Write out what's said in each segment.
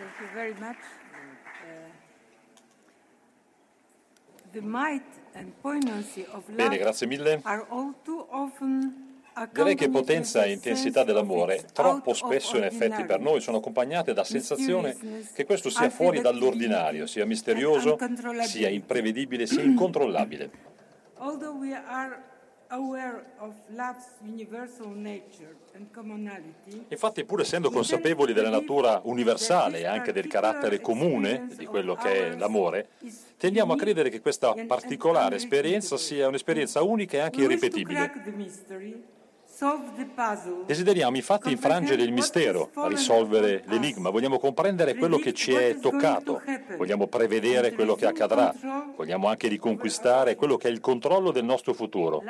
Thank you very much. The might and poignancy of love Bene, grazie mille. are all too often Direi che potenza e intensità dell'amore troppo spesso in effetti per noi sono accompagnate da sensazione che questo sia fuori dall'ordinario, sia misterioso, sia imprevedibile, sia incontrollabile. Although we are aware of love's universal nature and commonality, Infatti, pur essendo consapevoli della natura universale e anche del carattere comune di quello che è l'amore, tendiamo a credere che questa particolare esperienza sia un'esperienza unica e anche irripetibile. Desideriamo infatti infrangere il mistero, risolvere l'enigma, vogliamo comprendere quello che ci è toccato, vogliamo prevedere quello che accadrà, vogliamo anche riconquistare quello che è il controllo del nostro futuro.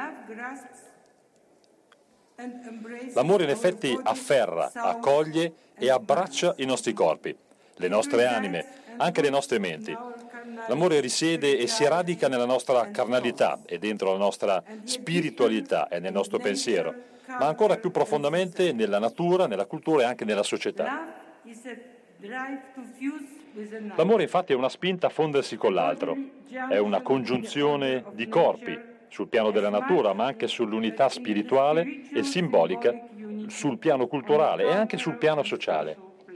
L'amore in effetti afferra, accoglie e abbraccia i nostri corpi, le nostre anime, anche le nostre menti. L'amore risiede e si radica nella nostra carnalità e dentro la nostra spiritualità e nel nostro pensiero, ma ancora più profondamente nella natura, nella cultura e anche nella società. L'amore infatti è una spinta a fondersi con l'altro, è una congiunzione di corpi sul piano della natura, ma anche sull'unità spirituale e simbolica, sul piano culturale e anche sul piano sociale.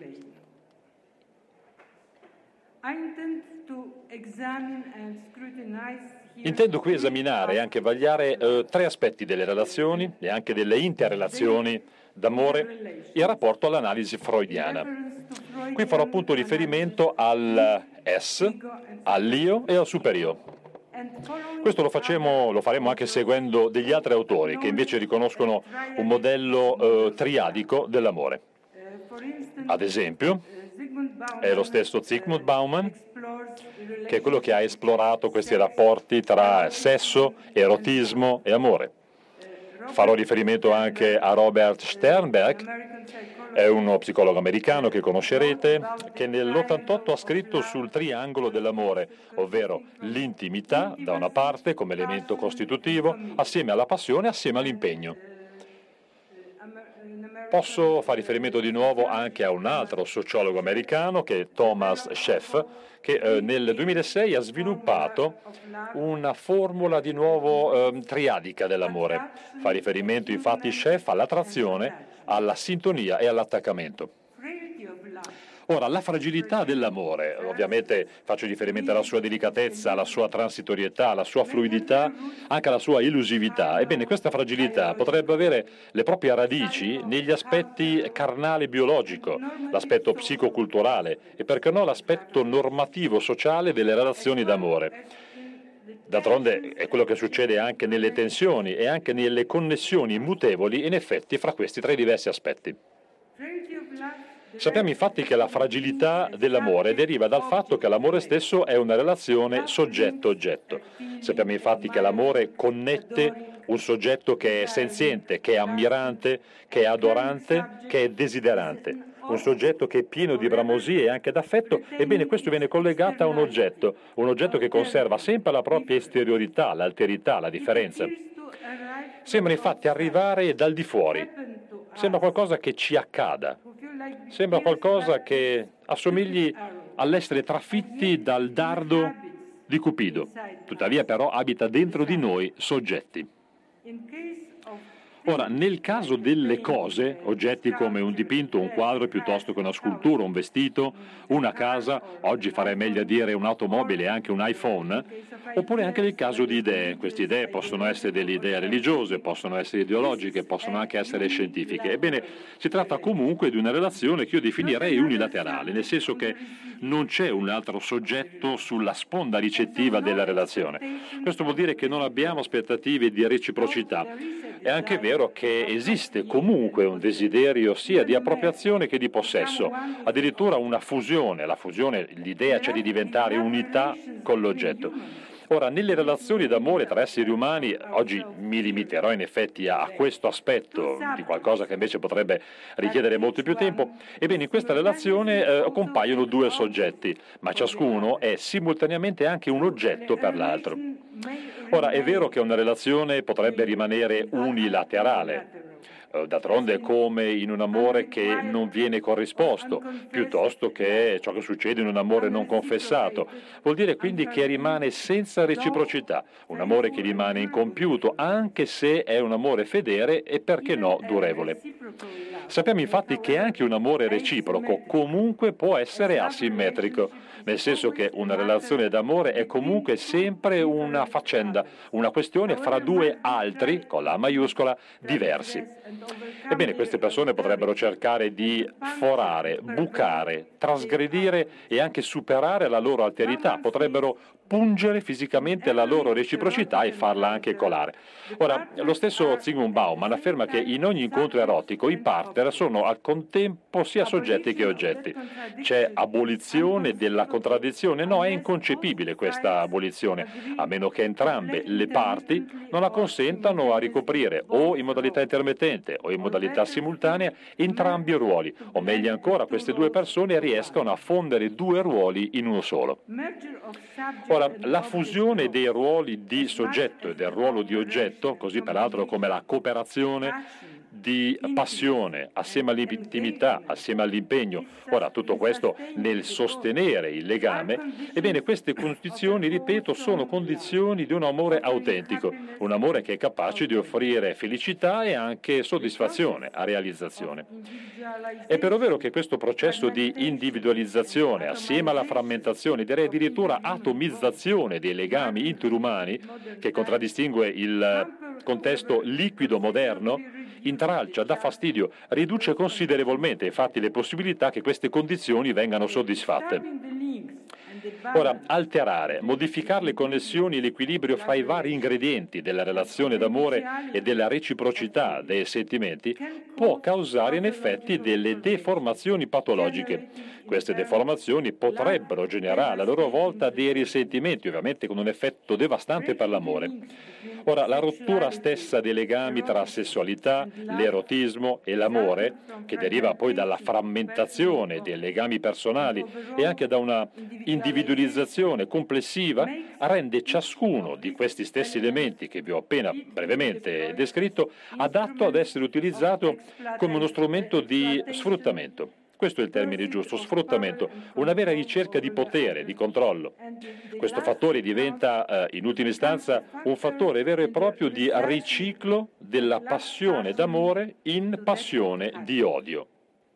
Intendo qui esaminare e anche vagliare tre aspetti delle relazioni e anche delle interrelazioni d'amore in rapporto all'analisi freudiana. Qui farò appunto riferimento al S, all'io e al superio. Questo lo faremo anche seguendo degli altri autori che invece riconoscono un modello triadico dell'amore. Ad esempio, è lo stesso Zygmunt Bauman, che è quello che ha esplorato questi rapporti tra sesso, erotismo e amore. Farò riferimento anche a Robert Sternberg, è uno psicologo americano che conoscerete, che nell'88 ha scritto sul triangolo dell'amore, ovvero l'intimità da una parte come elemento costitutivo, assieme alla passione, assieme all'impegno. Posso fare riferimento di nuovo anche a un altro sociologo americano, che è Thomas Scheff, che nel 2006 ha sviluppato una formula di nuovo triadica dell'amore. Fa riferimento infatti Scheff all'attrazione, alla sintonia e all'attaccamento. Ora, la fragilità dell'amore, ovviamente faccio riferimento alla sua delicatezza, alla sua transitorietà, alla sua fluidità, anche alla sua illusività. Ebbene, questa fragilità potrebbe avere le proprie radici negli aspetti carnale biologico, l'aspetto psicoculturale e, perché no, l'aspetto normativo sociale delle relazioni d'amore. D'altronde è quello che succede anche nelle tensioni e anche nelle connessioni mutevoli, in effetti, fra questi tre diversi aspetti. Sappiamo infatti che la fragilità dell'amore deriva dal fatto che l'amore stesso è una relazione soggetto-oggetto. Sappiamo infatti che l'amore connette un soggetto che è senziente, che è ammirante, che è adorante, che è desiderante. Un soggetto che è pieno di bramosie e anche d'affetto, ebbene questo viene collegato a un oggetto che conserva sempre la propria esteriorità, l'alterità, la differenza. Sembra infatti arrivare dal di fuori, sembra qualcosa che ci accada. Sembra qualcosa che assomigli all'essere trafitti dal dardo di Cupido, tuttavia però abita dentro di noi soggetti. Ora, nel caso delle cose, oggetti come un dipinto, un quadro piuttosto che una scultura, un vestito, una casa, oggi farei meglio a dire un'automobile e anche un iPhone, oppure anche nel caso di idee. Queste idee possono essere delle idee religiose, possono essere ideologiche, possono anche essere scientifiche. Ebbene, si tratta comunque di una relazione che io definirei unilaterale, nel senso che non c'è un altro soggetto sulla sponda ricettiva della relazione. Questo vuol dire che non abbiamo aspettative di reciprocità. È anche vero che esiste comunque un desiderio sia di appropriazione che di possesso, addirittura una fusione, l'idea c'è di diventare unità con l'oggetto. Ora, nelle relazioni d'amore tra esseri umani, oggi mi limiterò in effetti a questo aspetto di qualcosa che invece potrebbe richiedere molto più tempo, ebbene in questa relazione compaiono due soggetti, ma ciascuno è simultaneamente anche un oggetto per l'altro. Ora, è vero che una relazione potrebbe rimanere unilaterale, d'altronde è come in un amore che non viene corrisposto, piuttosto che ciò che succede in un amore non confessato. Vuol dire quindi che rimane senza reciprocità, un amore che rimane incompiuto, anche se è un amore fedele e, perché no, durevole. Sappiamo infatti che anche un amore reciproco comunque può essere asimmetrico, nel senso che una relazione d'amore è comunque sempre una faccenda, una questione fra due altri, con la maiuscola, diversi. Ebbene, queste persone potrebbero cercare di forare, bucare, trasgredire e anche superare la loro alterità, potrebbero pungere fisicamente la loro reciprocità e farla anche colare. Ora, lo stesso Zygmunt Bauman afferma che in ogni incontro erotico i partner sono al contempo sia soggetti che oggetti. C'è abolizione della contraddizione? No, è inconcepibile questa abolizione, a meno che entrambe le parti non la consentano a ricoprire o in modalità intermittente o in modalità simultanea entrambi i ruoli, o meglio ancora queste due persone riescano a fondere due ruoli in uno solo. Ora, la fusione dei ruoli di soggetto e del ruolo di oggetto, così peraltro come la cooperazione di passione assieme all'intimità, assieme all'impegno, ora tutto questo nel sostenere il legame, ebbene queste condizioni, ripeto, sono condizioni di un amore autentico, un amore che è capace di offrire felicità e anche soddisfazione a realizzazione. È però vero che questo processo di individualizzazione assieme alla frammentazione, direi addirittura atomizzazione dei legami interumani, che contraddistingue il contesto liquido moderno, intralcia, dà fastidio, riduce considerevolmente infatti le possibilità che queste condizioni vengano soddisfatte. Ora, alterare, modificare le connessioni e l'equilibrio fra i vari ingredienti della relazione d'amore e della reciprocità dei sentimenti può causare in effetti delle deformazioni patologiche. Queste deformazioni potrebbero generare a loro volta dei risentimenti, ovviamente con un effetto devastante per l'amore. Ora, la rottura stessa dei legami tra sessualità, l'erotismo e l'amore, che deriva poi dalla frammentazione dei legami personali e anche da una individualizzazione complessiva, rende ciascuno di questi stessi elementi che vi ho appena brevemente descritto adatto ad essere utilizzato come uno strumento di sfruttamento. Questo è il termine giusto, sfruttamento, una vera ricerca di potere, di controllo. Questo fattore diventa, in ultima istanza, un fattore vero e proprio di riciclo della passione d'amore in passione di odio.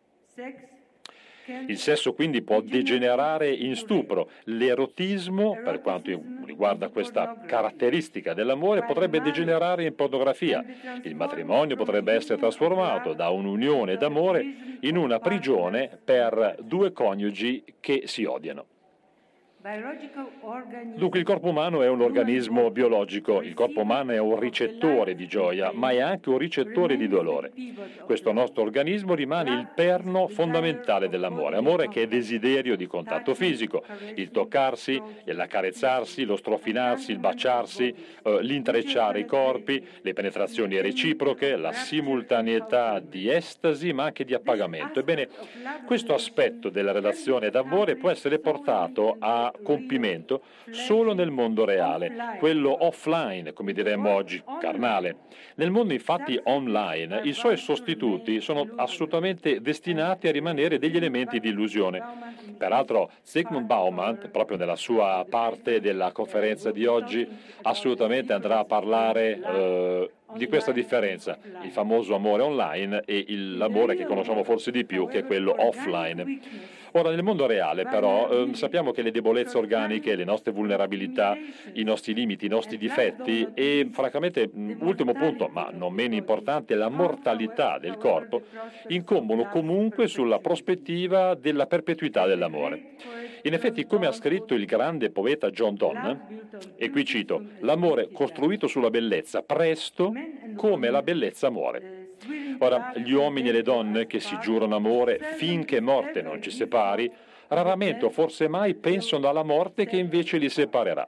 Il sesso quindi può degenerare in stupro. L'erotismo, per quanto riguarda questa caratteristica dell'amore, potrebbe degenerare in pornografia. Il matrimonio potrebbe essere trasformato da un'unione d'amore in una prigione per due coniugi che si odiano. Dunque il corpo umano è un organismo biologico, il corpo umano è un ricettore di gioia, ma è anche un ricettore di dolore. Questo nostro organismo rimane il perno fondamentale dell'amore, amore che è desiderio di contatto fisico, il toccarsi, l'accarezzarsi, lo strofinarsi, il baciarsi, l'intrecciare i corpi, le penetrazioni reciproche, la simultaneità di estasi ma anche di appagamento. Ebbene, questo aspetto della relazione d'amore può essere portato a compimento solo nel mondo reale, quello offline, come diremmo oggi, carnale. Nel mondo infatti online i suoi sostituti sono assolutamente destinati a rimanere degli elementi di illusione. Peraltro Zygmunt Bauman, proprio nella sua parte della conferenza di oggi, assolutamente andrà a parlare di questa differenza, il famoso amore online e l'amore che conosciamo forse di più, che è quello offline. Ora, nel mondo reale, però, sappiamo che le debolezze organiche, le nostre vulnerabilità, i nostri limiti, i nostri difetti e, francamente, ultimo punto, ma non meno importante, la mortalità del corpo, incombono comunque sulla prospettiva della perpetuità dell'amore. In effetti, come ha scritto il grande poeta John Donne, e qui cito, l'amore costruito sulla bellezza, presto come la bellezza muore. Ora, gli uomini e le donne che si giurano amore finché morte non ci separi, raramente o forse mai pensano alla morte che invece li separerà.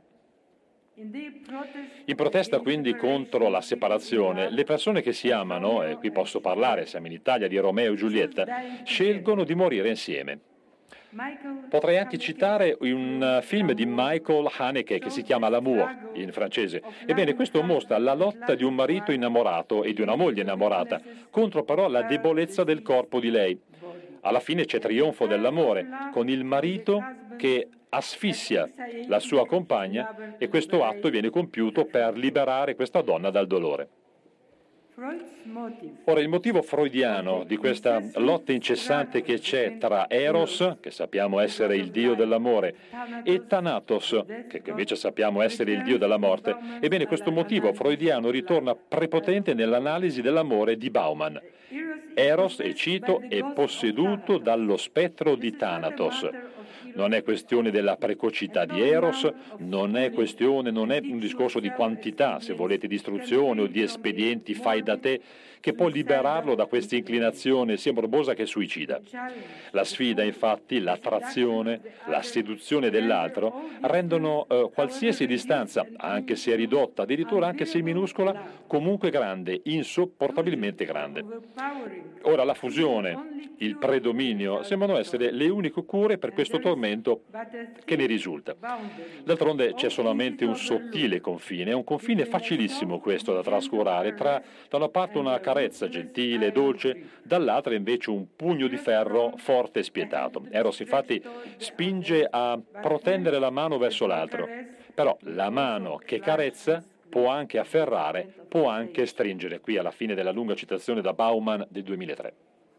In protesta quindi contro la separazione, le persone che si amano, e qui posso parlare, siamo in Italia, di Romeo e Giulietta, scelgono di morire insieme. Potrei anche citare un film di Michael Haneke che si chiama L'amour in francese. Ebbene, questo mostra la lotta di un marito innamorato e di una moglie innamorata contro però la debolezza del corpo di lei. Alla fine c'è trionfo dell'amore, con il marito che asfissia la sua compagna e questo atto viene compiuto per liberare questa donna dal dolore. Ora, il motivo freudiano di questa lotta incessante che c'è tra Eros, che sappiamo essere il dio dell'amore, e Thanatos, che invece sappiamo essere il dio della morte, ebbene questo motivo freudiano ritorna prepotente nell'analisi dell'amore di Bauman. Eros, e cito, è posseduto dallo spettro di Thanatos. Non è questione della precocità di Eros, non è un discorso di quantità, se volete, di istruzione o di espedienti fai da te, che può liberarlo da questa inclinazione sia morbosa che suicida. La sfida, infatti, l'attrazione, la seduzione dell'altro rendono qualsiasi distanza, anche se ridotta, addirittura anche se minuscola, comunque grande, insopportabilmente grande. Ora la fusione, il predominio, sembrano essere le uniche cure per questo tormento che ne risulta. D'altronde c'è solamente un sottile confine, è un confine facilissimo questo da trascurare, tra da una parte una carezza gentile e dolce, dall'altra invece un pugno di ferro forte e spietato. Eros infatti spinge a protendere la mano verso l'altro, però la mano che carezza può anche afferrare, può anche stringere, qui alla fine della lunga citazione da Bauman del 2003.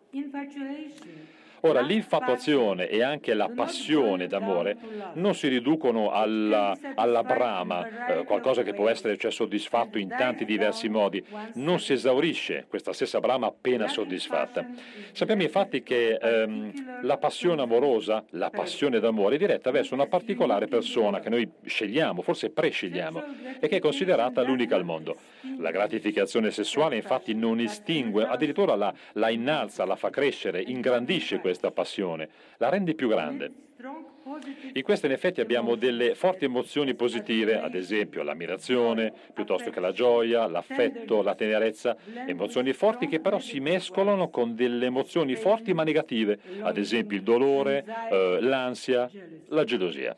Ora, l'infatuazione e anche la passione d'amore non si riducono alla brama, qualcosa che può essere soddisfatto in tanti diversi modi, non si esaurisce questa stessa brama appena soddisfatta. Sappiamo infatti che la passione amorosa, la passione d'amore è diretta verso una particolare persona che noi scegliamo, forse prescegliamo, e che è considerata l'unica al mondo. La gratificazione sessuale infatti non estingue, addirittura la innalza, la fa crescere, ingrandisce questa passione, la rende più grande. In questa in effetti abbiamo delle forti emozioni positive, ad esempio l'ammirazione, piuttosto che la gioia, l'affetto, la tenerezza, emozioni forti che però si mescolano con delle emozioni forti ma negative, ad esempio il dolore, l'ansia, la gelosia.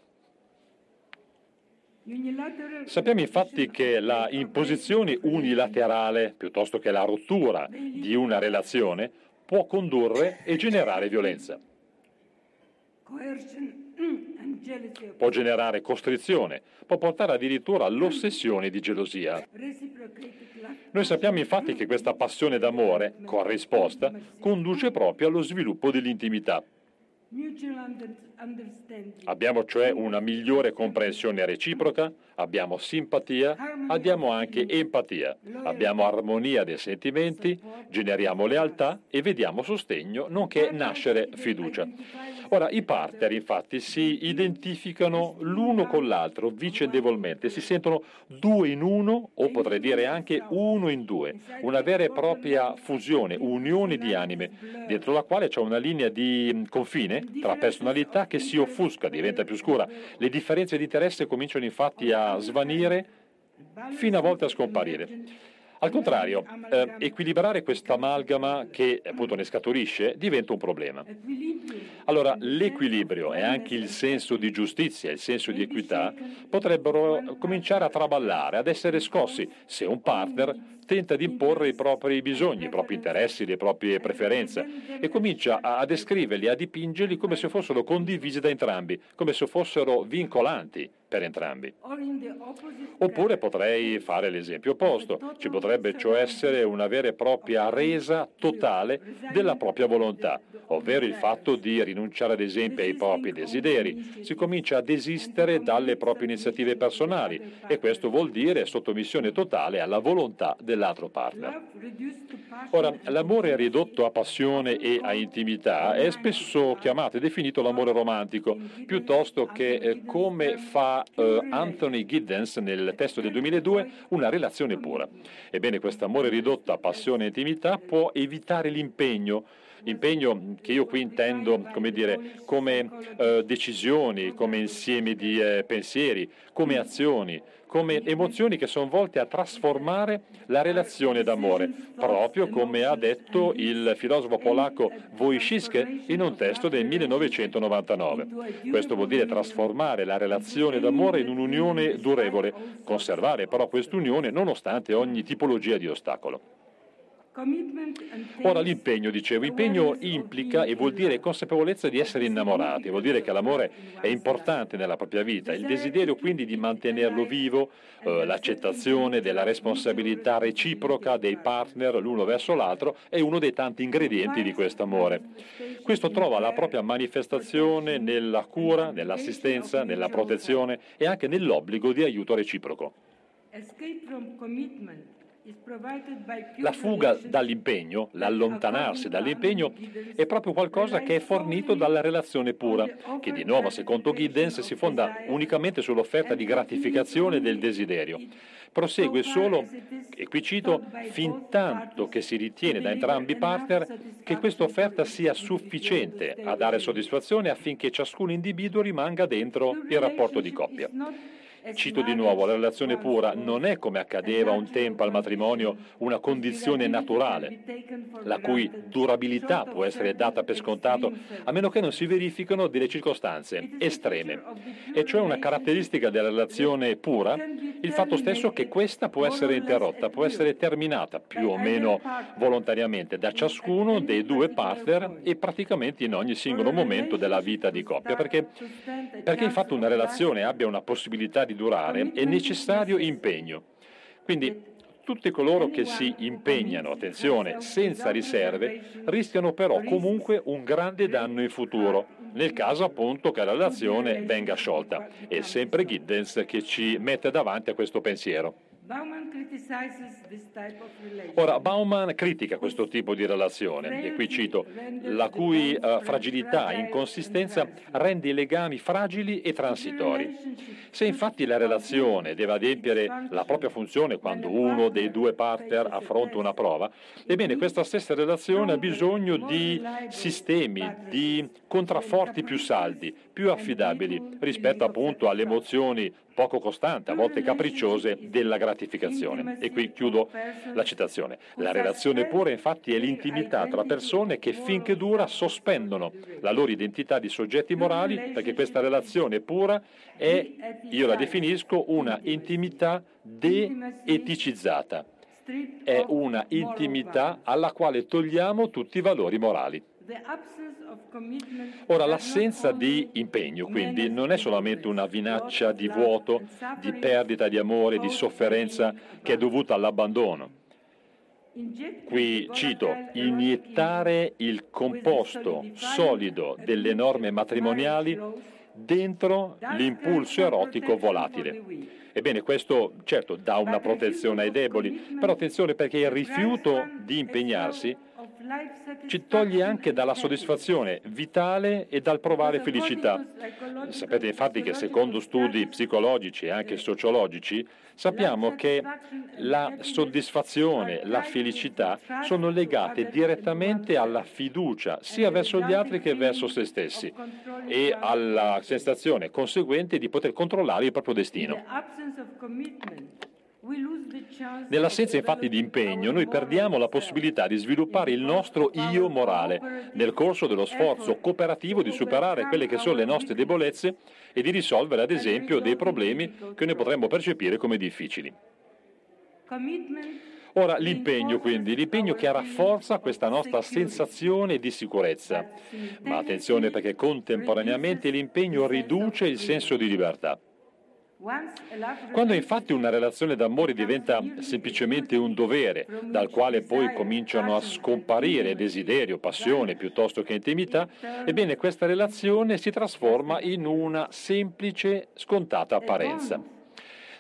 Sappiamo infatti che la imposizione unilaterale, piuttosto che la rottura di una relazione, può condurre e generare violenza. Può generare costrizione, può portare addirittura all'ossessione di gelosia. Noi sappiamo infatti che questa passione d'amore, corrisposta, conduce proprio allo sviluppo dell'intimità. Abbiamo cioè una migliore comprensione reciproca, abbiamo simpatia, abbiamo anche empatia, abbiamo armonia dei sentimenti, generiamo lealtà e vediamo sostegno, nonché nascere fiducia. Ora, i partner infatti si identificano l'uno con l'altro vicendevolmente, si sentono due in uno, o potrei dire anche uno in due, una vera e propria fusione, unione di anime, dentro la quale c'è una linea di confine tra personalità che si offusca, diventa più scura. Le differenze di interesse cominciano infatti a svanire fino a volte a scomparire. Al contrario, equilibrare questa amalgama che appunto ne scaturisce diventa un problema. Allora, l'equilibrio e anche il senso di giustizia e il senso di equità potrebbero cominciare a traballare, ad essere scossi se un partner tenta di imporre i propri bisogni, i propri interessi, le proprie preferenze e comincia a descriverli, a dipingerli come se fossero condivisi da entrambi, come se fossero vincolanti per entrambi. Oppure potrei fare l'esempio opposto, ci potrebbe cioè essere una vera e propria resa totale della propria volontà, ovvero il fatto di rinunciare ad esempio ai propri desideri, si comincia a desistere dalle proprie iniziative personali e questo vuol dire sottomissione totale alla volontà dell'altro partner. Ora, l'amore ridotto a passione e a intimità è spesso chiamato e definito l'amore romantico, piuttosto che, come fa Anthony Giddens nel testo del 2002, una relazione pura. Ebbene, questo amore ridotto a passione e intimità può evitare l'impegno, impegno che io qui intendo, come dire, come decisioni, come insieme di pensieri, come azioni, come emozioni che sono volte a trasformare la relazione d'amore, proprio come ha detto il filosofo polacco Wojciech in un testo del 1999. Questo vuol dire trasformare la relazione d'amore in un'unione durevole, conservare però quest'unione nonostante ogni tipologia di ostacolo. Ora l'impegno, dicevo, impegno implica e vuol dire consapevolezza di essere innamorati, vuol dire che l'amore è importante nella propria vita, il desiderio quindi di mantenerlo vivo, l'accettazione della responsabilità reciproca dei partner l'uno verso l'altro è uno dei tanti ingredienti di questo amore. Questo trova la propria manifestazione nella cura, nell'assistenza, nella protezione e anche nell'obbligo di aiuto reciproco. La fuga dall'impegno, l'allontanarsi dall'impegno, è proprio qualcosa che è fornito dalla relazione pura, che di nuovo, secondo Giddens, si fonda unicamente sull'offerta di gratificazione del desiderio. Prosegue solo, e qui cito, fin tanto che si ritiene da entrambi i partner che questa offerta sia sufficiente a dare soddisfazione affinché ciascun individuo rimanga dentro il rapporto di coppia. Cito di nuovo, la relazione pura non è, come accadeva un tempo al matrimonio, una condizione naturale, la cui durabilità può essere data per scontato, a meno che non si verificano delle circostanze estreme. E cioè una caratteristica della relazione pura, il fatto stesso che questa può essere interrotta, può essere terminata, più o meno volontariamente, da ciascuno dei due partner e praticamente in ogni singolo momento della vita di coppia, perché infatti una relazione abbia una possibilità di durare è necessario impegno. Quindi tutti coloro che si impegnano, attenzione, senza riserve, rischiano però comunque un grande danno in futuro, nel caso appunto che la relazione venga sciolta. È sempre Giddens che ci mette davanti a questo pensiero. Ora, Bauman critica questo tipo di relazione, e qui cito, la cui fragilità e inconsistenza rende i legami fragili e transitori. Se infatti la relazione deve adempiere la propria funzione quando uno dei due partner affronta una prova, ebbene questa stessa relazione ha bisogno di sistemi, di contrafforti più saldi, più affidabili rispetto appunto alle emozioni poco costanti, a volte capricciose, della gratificazione. E qui chiudo la citazione. La relazione pura infatti è l'intimità tra persone che finché dura sospendono la loro identità di soggetti morali, perché questa relazione pura è, io la definisco, una intimità de-eticizzata. È una intimità alla quale togliamo tutti i valori morali. Ora, l'assenza di impegno, quindi, non è solamente una vinaccia di vuoto, di perdita di amore, di sofferenza che è dovuta all'abbandono. Qui cito, iniettare il composto solido delle norme matrimoniali dentro l'impulso erotico volatile. Ebbene, questo certo dà una protezione ai deboli, però attenzione perché il rifiuto di impegnarsi ci toglie anche dalla soddisfazione vitale e dal provare felicità. Sapete infatti che secondo studi psicologici e anche sociologici sappiamo che la soddisfazione, la felicità sono legate direttamente alla fiducia sia verso gli altri che verso se stessi e alla sensazione conseguente di poter controllare il proprio destino. Nell'assenza infatti di impegno noi perdiamo la possibilità di sviluppare il nostro io morale nel corso dello sforzo cooperativo di superare quelle che sono le nostre debolezze e di risolvere ad esempio dei problemi che noi potremmo percepire come difficili. Ora l'impegno quindi, l'impegno che rafforza questa nostra sensazione di sicurezza, ma attenzione perché contemporaneamente l'impegno riduce il senso di libertà. Quando infatti una relazione d'amore diventa semplicemente un dovere, dal quale poi cominciano a scomparire desiderio, passione piuttosto che intimità, ebbene questa relazione si trasforma in una semplice, scontata apparenza.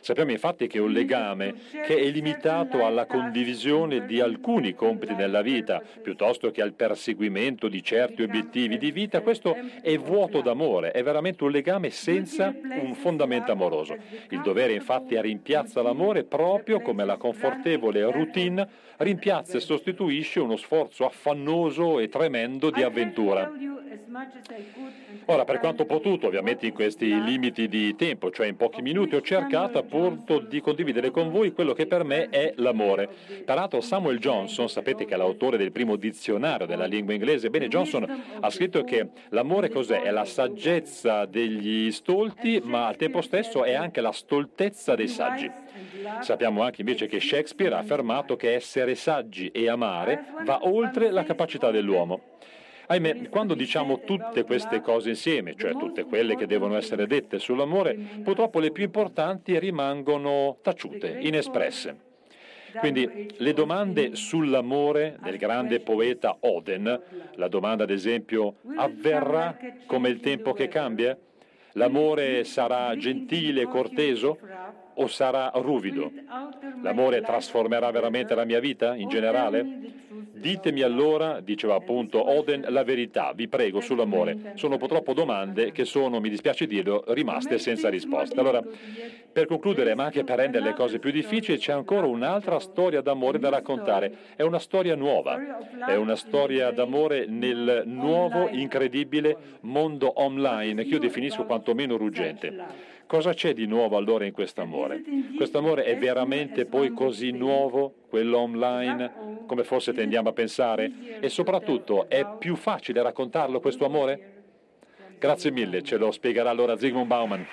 Sappiamo infatti che è un legame che è limitato alla condivisione di alcuni compiti nella vita, piuttosto che al perseguimento di certi obiettivi di vita. Questo è vuoto d'amore, è veramente un legame senza un fondamento amoroso. Il dovere infatti rimpiazza l'amore proprio come la confortevole routine rimpiazza e sostituisce uno sforzo affannoso e tremendo di avventura. Ora, per quanto ho potuto, ovviamente in questi limiti di tempo, cioè in pochi minuti, ho cercato appunto di condividere con voi quello che per me è l'amore. Peraltro Samuel Johnson, sapete che è l'autore del primo dizionario della lingua inglese, bene, Johnson ha scritto che l'amore cos'è? È la saggezza degli stolti, ma al tempo stesso è anche la stoltezza dei saggi. Sappiamo anche invece che Shakespeare ha affermato che essere saggi e amare va oltre la capacità dell'uomo. Ahimè, quando diciamo tutte queste cose insieme, cioè tutte quelle che devono essere dette sull'amore, purtroppo le più importanti rimangono taciute, inespresse. Quindi le domande sull'amore del grande poeta Oden, la domanda ad esempio, avverrà come il tempo che cambia? L'amore sarà gentile e corteso o sarà ruvido? L'amore trasformerà veramente la mia vita in generale? Ditemi allora, diceva appunto Oden, la verità, vi prego, sull'amore. Sono purtroppo domande che sono, mi dispiace dirlo, rimaste senza risposta. Allora, per concludere, ma anche per rendere le cose più difficili, c'è ancora un'altra storia d'amore da raccontare. È una storia nuova, è una storia d'amore nel nuovo, incredibile mondo online, che io definisco quantomeno ruggente. Cosa c'è di nuovo allora in quest'amore? Quest'amore è veramente poi così nuovo, quello online, come forse tendiamo a pensare? E soprattutto, è più facile raccontarlo questo amore? Grazie mille, ce lo spiegherà allora Zygmunt Bauman.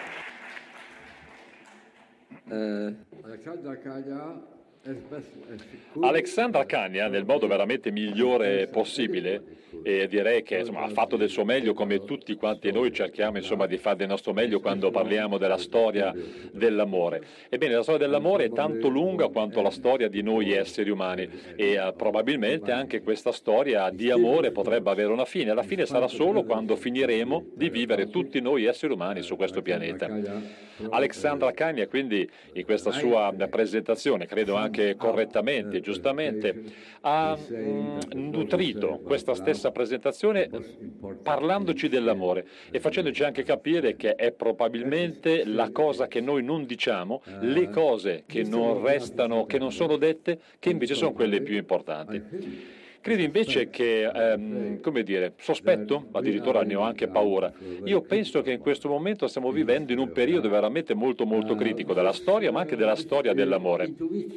Alexandra Kania, nel modo veramente migliore possibile, e direi che insomma, ha fatto del suo meglio, come tutti quanti noi cerchiamo insomma, di fare del nostro meglio quando parliamo della storia dell'amore. Ebbene, la storia dell'amore è tanto lunga quanto la storia di noi esseri umani e probabilmente anche questa storia di amore potrebbe avere una fine. La fine sarà solo quando finiremo di vivere tutti noi esseri umani su questo pianeta. Alexandra Kania quindi in questa sua presentazione, credo anche correttamente, giustamente, ha nutrito questa stessa presentazione parlandoci dell'amore e facendoci anche capire che è probabilmente la cosa che noi non diciamo, le cose che non restano, che non sono dette, che invece sono quelle più importanti. Credo invece che, come dire, sospetto, addirittura ne ho anche paura. Io penso che in questo momento stiamo vivendo in un periodo veramente molto molto critico della storia, ma anche della storia dell'amore.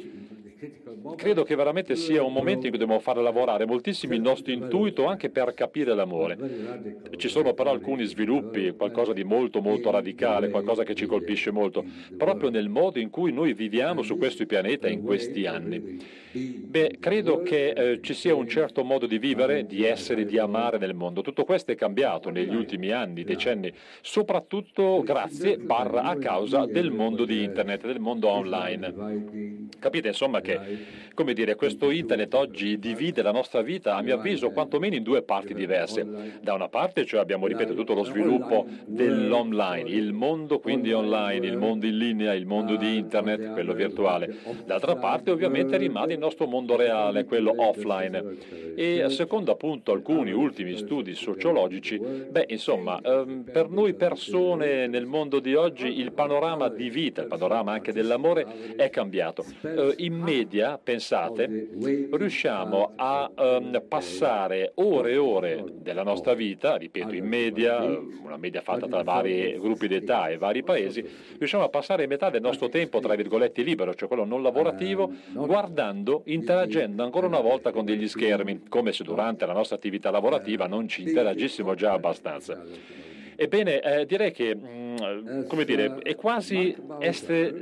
Credo che veramente sia un momento in cui dobbiamo fare lavorare moltissimo il nostro intuito anche per capire l'amore. Ci sono però alcuni sviluppi, qualcosa di molto molto radicale, qualcosa che ci colpisce molto, proprio nel modo in cui noi viviamo su questo pianeta in questi anni. Beh, credo che ci sia un certo modo di vivere, di essere, di amare nel mondo. Tutto questo è cambiato negli ultimi anni, decenni, soprattutto grazie, a causa del mondo di Internet, del mondo online. Capite insomma che come dire, questo Internet oggi divide la nostra vita, a mio avviso, quantomeno in due parti diverse. Da una parte, cioè, abbiamo, ripeto, tutto lo sviluppo dell'online, il mondo quindi online, il mondo in linea, il mondo di Internet, quello virtuale. D'altra parte, ovviamente, rimane il nostro mondo reale, quello offline. E secondo appunto alcuni ultimi studi sociologici, beh, insomma, per noi persone nel mondo di oggi il panorama di vita, il panorama anche dell'amore è cambiato. In media, pensate, riusciamo a passare ore e ore della nostra vita, ripeto, in media, una media fatta tra vari gruppi d'età e vari paesi, riusciamo a passare metà del nostro tempo, tra virgolette, libero, cioè quello non lavorativo, guardando, interagendo ancora una volta con degli schermi, come se durante la nostra attività lavorativa non ci interagissimo già abbastanza. Ebbene, direi che, come dire, è quasi essere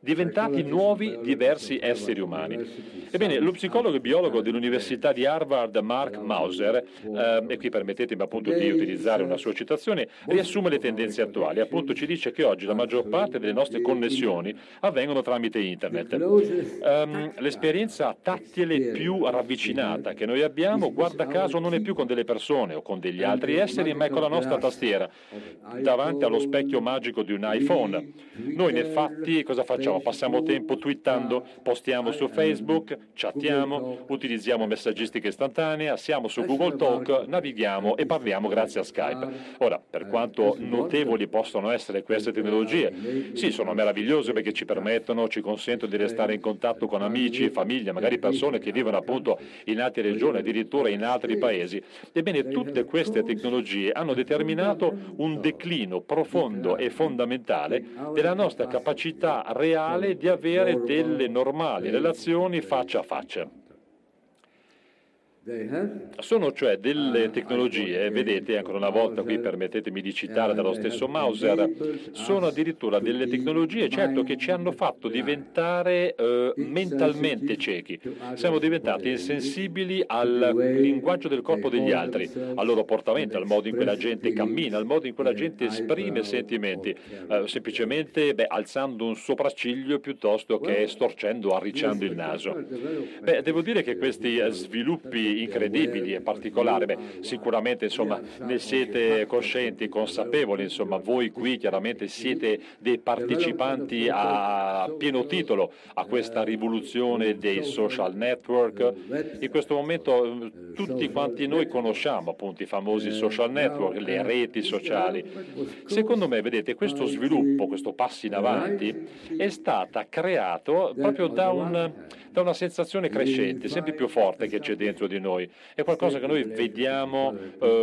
diventati nuovi, diversi esseri umani. Ebbene, lo psicologo e biologo dell'Università di Harvard, Mark Mauser, e qui permettetemi appunto di utilizzare una sua citazione, riassume le tendenze attuali. Appunto ci dice che oggi la maggior parte delle nostre connessioni avvengono tramite internet. L'esperienza tattile più ravvicinata che noi abbiamo, guarda caso, non è più con delle persone o con degli altri esseri, ma è con la nostra tastiera, davanti allo specchio magico di un iPhone. Noi nei fatti cosa facciamo? Passiamo tempo twittando, postiamo su Facebook, chattiamo, utilizziamo messaggistica istantanea, siamo su Google Talk, navighiamo e parliamo grazie a Skype. Ora, per quanto notevoli possono essere queste tecnologie, sì, sono meravigliose perché ci permettono, ci consentono di restare in contatto con amici, famiglia, magari persone che vivono appunto in altre regioni, addirittura in altri paesi. Ebbene, tutte queste tecnologie hanno determinato un declino profondo e fondamentale della nostra capacità reale di avere delle normali relazioni faccia a faccia. Sono cioè delle tecnologie, vedete ancora una volta qui permettetemi di citare dallo stesso Mauser, sono addirittura delle tecnologie certo che ci hanno fatto diventare mentalmente ciechi, siamo diventati insensibili al linguaggio del corpo degli altri, al loro portamento, al modo in cui la gente cammina, al modo in cui la gente esprime sentimenti, semplicemente alzando un sopracciglio piuttosto che storcendo o arricciando il naso. Devo dire che questi sviluppi incredibili e particolari, sicuramente insomma ne siete coscienti, consapevoli, insomma voi qui chiaramente siete dei partecipanti a pieno titolo a questa rivoluzione dei social network. In questo momento tutti quanti noi conosciamo appunto i famosi social network, le reti sociali. Secondo me, vedete, questo sviluppo, questo passo in avanti è stata creato proprio da una sensazione crescente, sempre più forte che c'è dentro di noi. È qualcosa che noi vediamo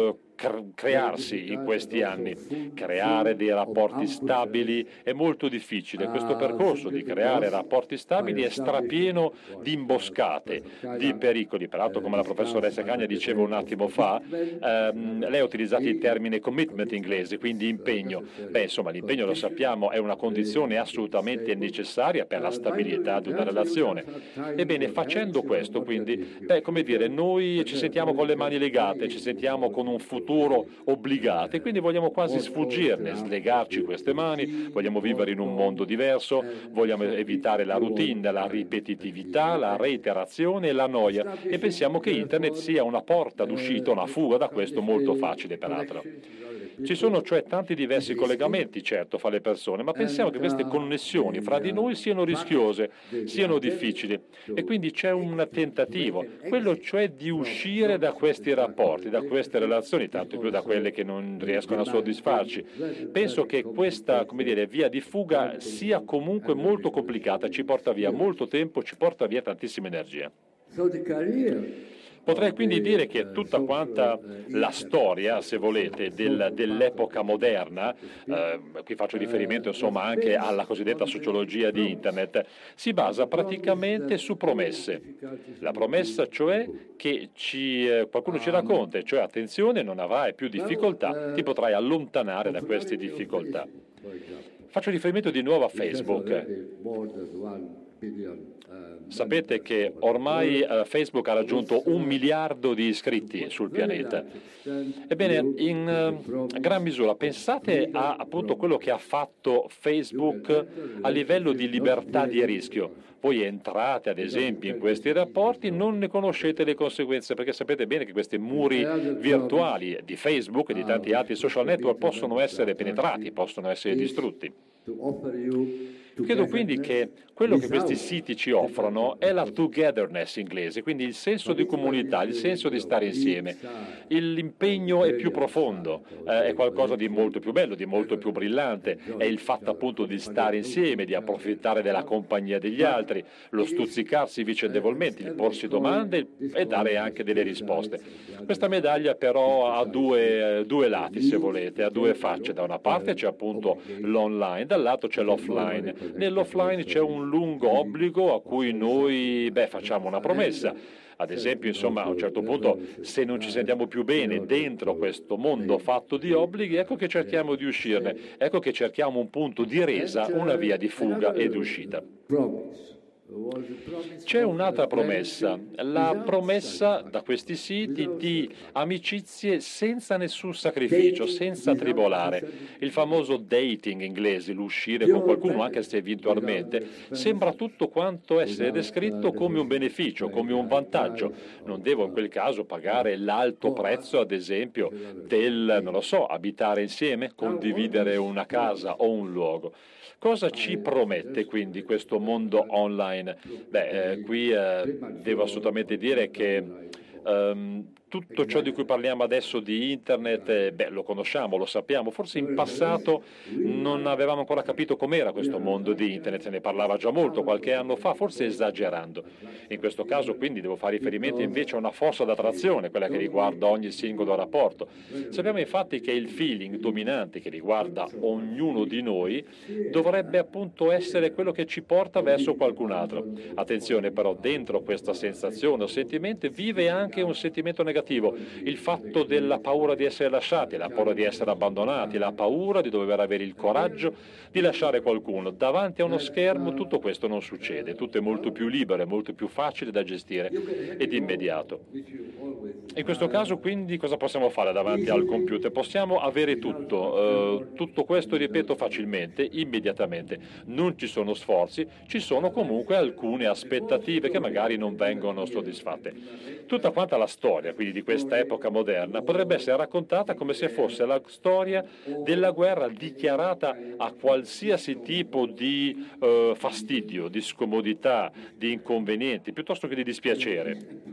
crearsi in questi anni. Creare dei rapporti stabili è molto difficile. Questo percorso di creare rapporti stabili è strapieno di imboscate, di pericoli. Peraltro, come la professoressa Cagna diceva un attimo fa, lei ha utilizzato il termine commitment inglese, quindi impegno. Insomma, l'impegno, lo sappiamo, è una condizione assolutamente necessaria per la stabilità di una relazione. Ebbene, facendo questo, quindi, come dire, noi ci sentiamo con le mani legate, ci sentiamo con un futuro obbligati, e quindi vogliamo quasi sfuggirne, slegarci queste mani, vogliamo vivere in un mondo diverso, vogliamo evitare la routine, la ripetitività, la reiterazione e la noia, e pensiamo che internet sia una porta d'uscita, una fuga da questo molto facile peraltro. Ci sono cioè tanti diversi collegamenti, certo, fra le persone, ma pensiamo che queste connessioni fra di noi siano rischiose, siano difficili, e quindi c'è un tentativo, quello cioè di uscire da questi rapporti, da queste relazioni, tanto più da quelle che non riescono a soddisfarci. Penso che questa, come dire, via di fuga sia comunque molto complicata, ci porta via molto tempo, ci porta via tantissima energia. Potrei quindi dire che tutta quanta la storia, se volete, dell'epoca moderna, qui faccio riferimento insomma anche alla cosiddetta sociologia di Internet, si basa praticamente su promesse. La promessa cioè che qualcuno ci racconta, cioè attenzione, non avrai più difficoltà, ti potrai allontanare da queste difficoltà. Faccio riferimento di nuovo a Facebook. Sapete che ormai Facebook ha raggiunto 1 miliardo di iscritti sul pianeta. Ebbene, in gran misura pensate a appunto quello che ha fatto Facebook a livello di libertà di rischio. Voi entrate ad esempio in questi rapporti, non ne conoscete le conseguenze, perché sapete bene che questi muri virtuali di Facebook e di tanti altri social network possono essere penetrati, possono essere distrutti. Credo quindi che quello che questi siti ci offrono è la togetherness inglese, quindi il senso di comunità, il senso di stare insieme. L'impegno è più profondo, è qualcosa di molto più bello, di molto più brillante, è il fatto appunto di stare insieme, di approfittare della compagnia degli altri, lo stuzzicarsi vicendevolmente, il porsi domande e dare anche delle risposte. Questa medaglia però ha due lati, se volete, ha due facce. Da una parte c'è appunto l'online, dall'altro c'è l'offline. Nell'offline c'è un lungo obbligo a cui noi facciamo una promessa. Ad esempio, insomma, a un certo punto, se non ci sentiamo più bene dentro questo mondo fatto di obblighi, ecco che cerchiamo di uscirne, ecco che cerchiamo un punto di resa, una via di fuga e di uscita. C'è un'altra promessa, la promessa da questi siti di amicizie senza nessun sacrificio, senza tribolare. Il famoso dating inglese, l'uscire con qualcuno, anche se virtualmente, sembra tutto quanto essere descritto come un beneficio, come un vantaggio. Non devo in quel caso pagare l'alto prezzo, ad esempio, del, non lo so, abitare insieme, condividere una casa o un luogo. Cosa ci promette quindi questo mondo online? Qui devo assolutamente dire che tutto ciò di cui parliamo adesso di internet, lo conosciamo, lo sappiamo, forse in passato non avevamo ancora capito com'era questo mondo di internet, se ne parlava già molto qualche anno fa, forse esagerando. In questo caso quindi devo fare riferimento invece a una forza d'attrazione, quella che riguarda ogni singolo rapporto. Sappiamo infatti che il feeling dominante che riguarda ognuno di noi dovrebbe appunto essere quello che ci porta verso qualcun altro. Attenzione però, dentro questa sensazione o sentimento vive anche un sentimento negativo, il fatto della paura di essere lasciati, la paura di essere abbandonati, la paura di dover avere il coraggio di lasciare qualcuno. Davanti a uno schermo tutto questo non succede, tutto è molto più libero, è molto più facile da gestire ed immediato. In questo caso quindi cosa possiamo fare davanti al computer? Possiamo avere tutto questo, ripeto, facilmente, immediatamente. Non ci sono sforzi, ci sono comunque alcune aspettative che magari non vengono soddisfatte. Tutta quanta la storia, quindi di questa epoca moderna, potrebbe essere raccontata come se fosse la storia della guerra dichiarata a qualsiasi tipo di fastidio, di scomodità, di inconvenienti, piuttosto che di dispiacere.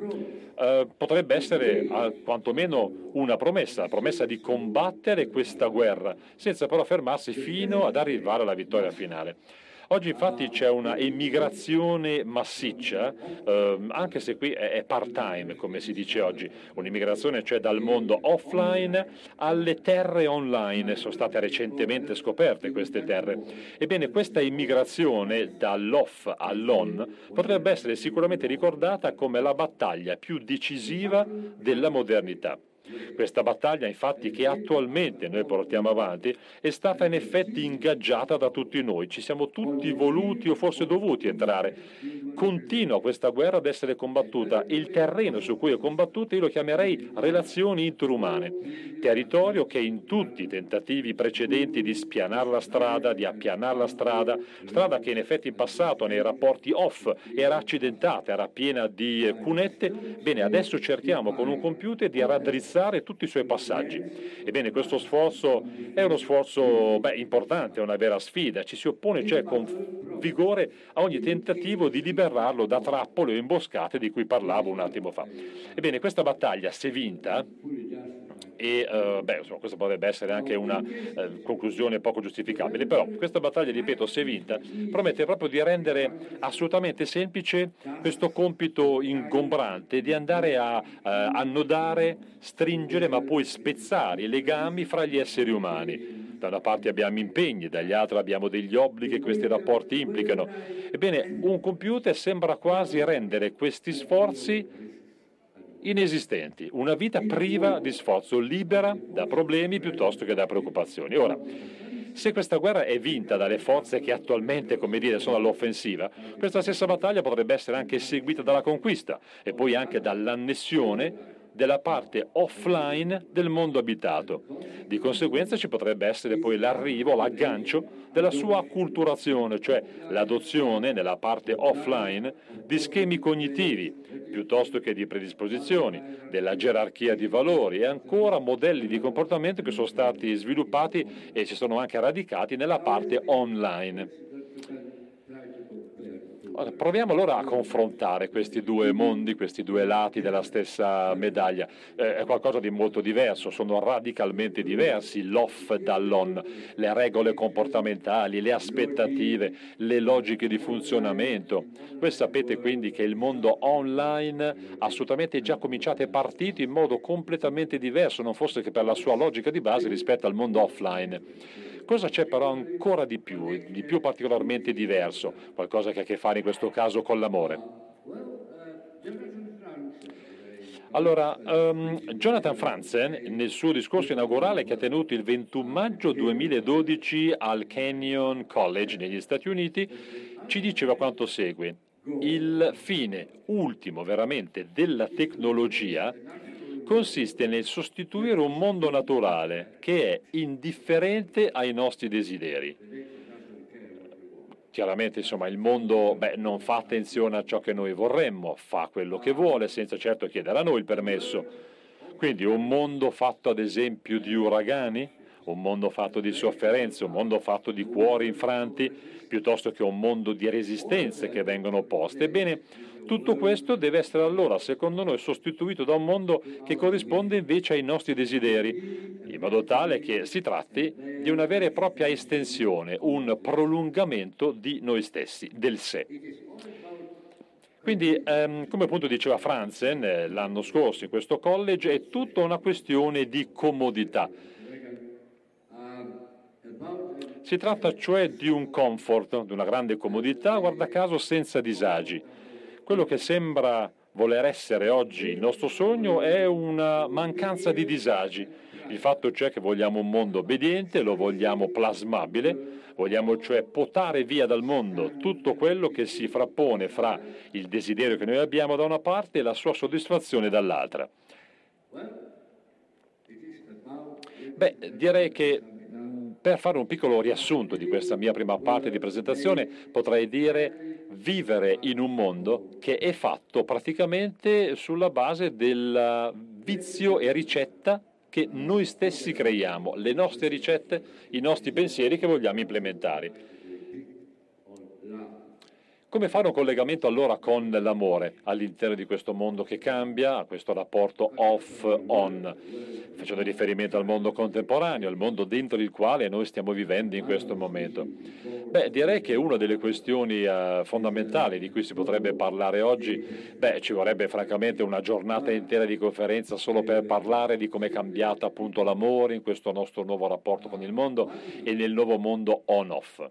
Potrebbe essere quantomeno una promessa, la promessa di combattere questa guerra, senza però fermarsi fino ad arrivare alla vittoria finale. Oggi infatti c'è una emigrazione massiccia, anche se qui è part-time, come si dice oggi, un'immigrazione cioè dal mondo offline alle terre online, sono state recentemente scoperte queste terre. Ebbene, questa immigrazione dall'off all'on potrebbe essere sicuramente ricordata come la battaglia più decisiva della modernità. Questa battaglia, infatti, che attualmente noi portiamo avanti, è stata in effetti ingaggiata da tutti noi. Ci siamo tutti voluti o forse dovuti entrare. Continua questa guerra ad essere combattuta. Il terreno su cui è combattuta io lo chiamerei relazioni interumane. Territorio che in tutti i tentativi precedenti di spianare la strada, di appianare la strada che in effetti in passato nei rapporti off era accidentata, era piena di cunette, bene, adesso cerchiamo con un computer di raddrizzare tutti i suoi passaggi. Ebbene, questo sforzo è uno sforzo importante, è una vera sfida, ci si oppone cioè con vigore a ogni tentativo di liberarlo da trappole o imboscate di cui parlavo un attimo fa. Ebbene, questa battaglia, se vinta, e questa potrebbe essere anche una conclusione poco giustificabile, però questa battaglia, ripeto, se vinta, promette proprio di rendere assolutamente semplice questo compito ingombrante di andare a annodare, stringere ma poi spezzare i legami fra gli esseri umani. Da una parte abbiamo impegni, dagli altri abbiamo degli obblighi che questi rapporti implicano. Ebbene, un computer sembra quasi rendere questi sforzi inesistenti, una vita priva di sforzo, libera da problemi piuttosto che da preoccupazioni. Ora, se questa guerra è vinta dalle forze che attualmente, come dire, sono all'offensiva, questa stessa battaglia potrebbe essere anche seguita dalla conquista e poi anche dall'annessione della parte offline del mondo abitato. Di conseguenza ci potrebbe essere poi l'arrivo, l'aggancio della sua acculturazione, cioè l'adozione nella parte offline di schemi cognitivi, piuttosto che di predisposizioni, della gerarchia di valori e ancora modelli di comportamento che sono stati sviluppati e si sono anche radicati nella parte online. Proviamo allora a confrontare questi due mondi, questi due lati della stessa medaglia. È qualcosa di molto diverso, sono radicalmente diversi l'off dall'on, le regole comportamentali, le aspettative, le logiche di funzionamento. Voi sapete quindi che il mondo online assolutamente è già cominciato e partito in modo completamente diverso, non fosse che per la sua logica di base rispetto al mondo offline. Cosa c'è però ancora di più particolarmente diverso, qualcosa che ha a che fare in questo caso con l'amore? Allora, Jonathan Franzen, nel suo discorso inaugurale che ha tenuto il 21 maggio 2012 al Kenyon College negli Stati Uniti, ci diceva quanto segue. Il fine ultimo veramente della tecnologia consiste nel sostituire un mondo naturale che è indifferente ai nostri desideri. Chiaramente, insomma, il mondo non fa attenzione a ciò che noi vorremmo, fa quello che vuole senza certo chiedere a noi il permesso. Quindi un mondo fatto ad esempio di uragani, un mondo fatto di sofferenze, un mondo fatto di cuori infranti, piuttosto che un mondo di resistenze che vengono poste. Ebbene, tutto questo deve essere allora, secondo noi, sostituito da un mondo che corrisponde invece ai nostri desideri, in modo tale che si tratti di una vera e propria estensione, un prolungamento di noi stessi, del sé. Quindi, come appunto diceva Franzen l'anno scorso in questo college, è tutta una questione di comodità. Si tratta cioè di un comfort, di una grande comodità, guarda caso senza disagi. Quello che sembra voler essere oggi il nostro sogno è una mancanza di disagi. Il fatto cioè che vogliamo un mondo obbediente, lo vogliamo plasmabile, vogliamo cioè potare via dal mondo tutto quello che si frappone fra il desiderio che noi abbiamo da una parte e la sua soddisfazione dall'altra. Direi che per fare un piccolo riassunto di questa mia prima parte di presentazione potrei dire vivere in un mondo che è fatto praticamente sulla base del vizio e ricetta che noi stessi creiamo, le nostre ricette, i nostri pensieri che vogliamo implementare. Come fare un collegamento allora con l'amore all'interno di questo mondo che cambia, a questo rapporto off-on, facendo riferimento al mondo contemporaneo, al mondo dentro il quale noi stiamo vivendo in questo momento? Direi che una delle questioni fondamentali di cui si potrebbe parlare oggi, ci vorrebbe francamente una giornata intera di conferenza solo per parlare di come è cambiato appunto l'amore in questo nostro nuovo rapporto con il mondo e nel nuovo mondo on-off.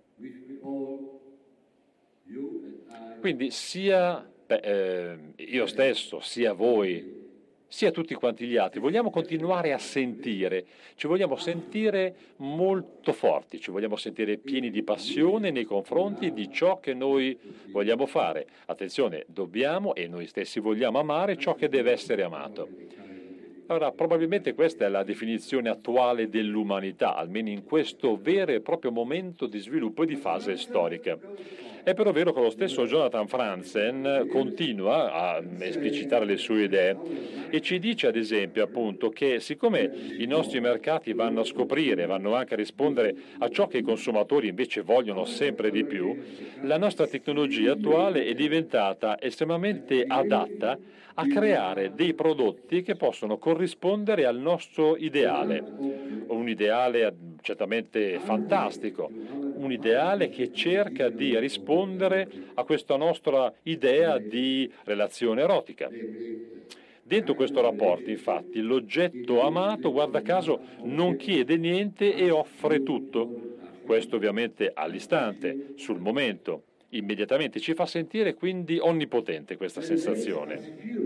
Quindi sia io stesso, sia voi, sia tutti quanti gli altri, vogliamo continuare a sentire, ci vogliamo sentire molto forti, ci vogliamo sentire pieni di passione nei confronti di ciò che noi vogliamo fare. Attenzione, dobbiamo e noi stessi vogliamo amare ciò che deve essere amato. Allora, probabilmente questa è la definizione attuale dell'umanità, almeno in questo vero e proprio momento di sviluppo e di fase storica. È però vero che lo stesso Jonathan Franzen continua a esplicitare le sue idee e ci dice ad esempio appunto che siccome i nostri mercati vanno a scoprire, vanno anche a rispondere a ciò che i consumatori invece vogliono sempre di più, la nostra tecnologia attuale è diventata estremamente adatta a creare dei prodotti che possono corrispondere al nostro ideale, un ideale certamente fantastico, un ideale che cerca di rispondere a questa nostra idea di relazione erotica. Dentro questo rapporto, infatti, l'oggetto amato, guarda caso, non chiede niente e offre tutto. Questo ovviamente all'istante, sul momento, immediatamente ci fa sentire quindi onnipotente questa sensazione.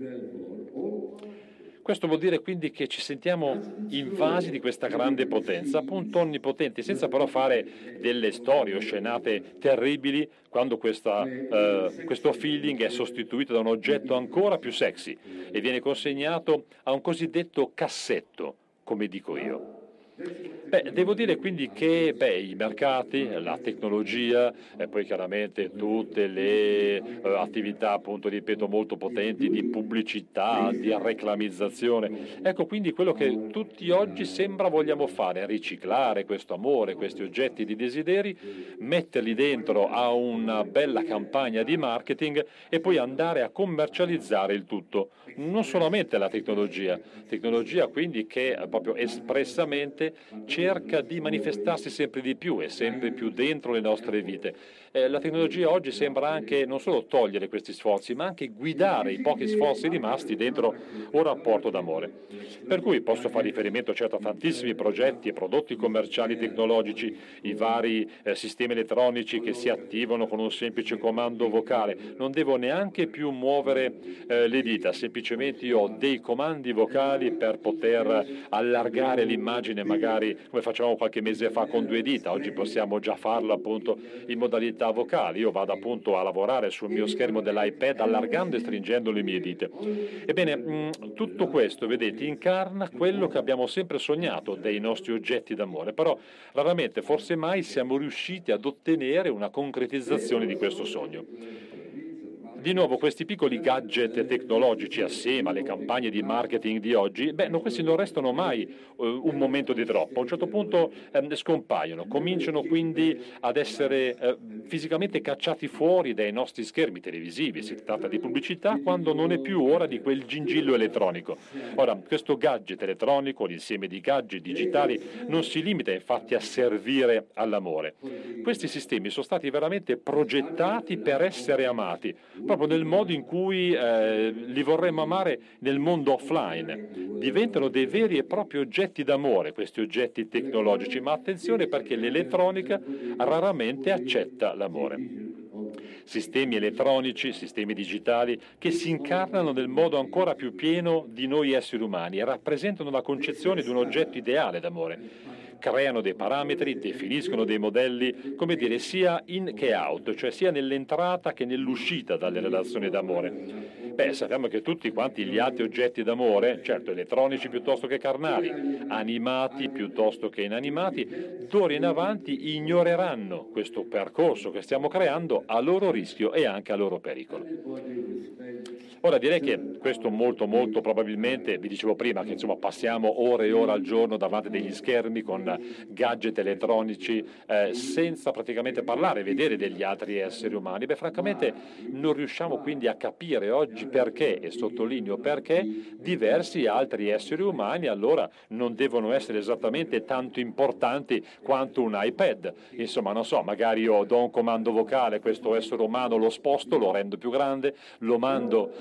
Questo vuol dire quindi che ci sentiamo invasi di questa grande potenza, appunto onnipotenti, senza però fare delle storie o scenate terribili quando questo feeling è sostituito da un oggetto ancora più sexy e viene consegnato a un cosiddetto cassetto, come dico io. Devo dire quindi che i mercati, la tecnologia e poi chiaramente tutte le attività, appunto, ripeto, molto potenti di pubblicità, di reclamizzazione, ecco quindi quello che tutti oggi sembra vogliamo fare, riciclare questo amore, questi oggetti di desideri, metterli dentro a una bella campagna di marketing e poi andare a commercializzare il tutto. Non solamente la tecnologia quindi che proprio espressamente ci cerca di manifestarsi sempre di più e sempre più dentro le nostre vite. La tecnologia oggi sembra anche non solo togliere questi sforzi, ma anche guidare i pochi sforzi rimasti dentro un rapporto d'amore. Per cui posso fare riferimento certo a tantissimi progetti e prodotti commerciali tecnologici, i vari sistemi elettronici che si attivano con un semplice comando vocale. Non devo neanche più muovere le dita, semplicemente io ho dei comandi vocali per poter allargare l'immagine, magari come facevamo qualche mese fa con 2 dita. Oggi possiamo già farlo appunto in modalità vocali. Io vado appunto a lavorare sul mio schermo dell'iPad allargando e stringendo le mie dita. Ebbene, tutto questo, vedete, incarna quello che abbiamo sempre sognato dei nostri oggetti d'amore, però raramente, forse mai, siamo riusciti ad ottenere una concretizzazione di questo sogno. Di nuovo, questi piccoli gadget tecnologici assieme alle campagne di marketing di oggi, questi non restano mai un momento di troppo. A un certo punto scompaiono, cominciano quindi ad essere fisicamente cacciati fuori dai nostri schermi televisivi. Si tratta di pubblicità quando non è più ora di quel gingillo elettronico. Ora, questo gadget elettronico, l'insieme di gadget digitali, non si limita infatti a servire all'amore. Questi sistemi sono stati veramente progettati per essere amati, proprio nel modo in cui li vorremmo amare nel mondo offline. Diventano dei veri e propri oggetti d'amore, questi oggetti tecnologici, ma attenzione perché l'elettronica raramente accetta l'amore. Sistemi elettronici, sistemi digitali che si incarnano nel modo ancora più pieno di noi esseri umani e rappresentano la concezione di un oggetto ideale d'amore. Creano dei parametri, definiscono dei modelli, come dire, sia in che out, cioè sia nell'entrata che nell'uscita dalle relazioni d'amore. Sappiamo che tutti quanti gli altri oggetti d'amore, certo elettronici piuttosto che carnali, animati piuttosto che inanimati, d'ora in avanti ignoreranno questo percorso che stiamo creando a loro rischio e anche a loro pericolo. Ora direi che questo molto probabilmente, vi dicevo prima che insomma passiamo ore e ore al giorno davanti degli schermi con gadget elettronici senza praticamente parlare, vedere degli altri esseri umani. Francamente non riusciamo quindi a capire oggi perché, e sottolineo perché, diversi altri esseri umani allora non devono essere esattamente tanto importanti quanto un iPad. Insomma, non so, magari io do un comando vocale, questo essere umano lo sposto, lo rendo più grande, lo mando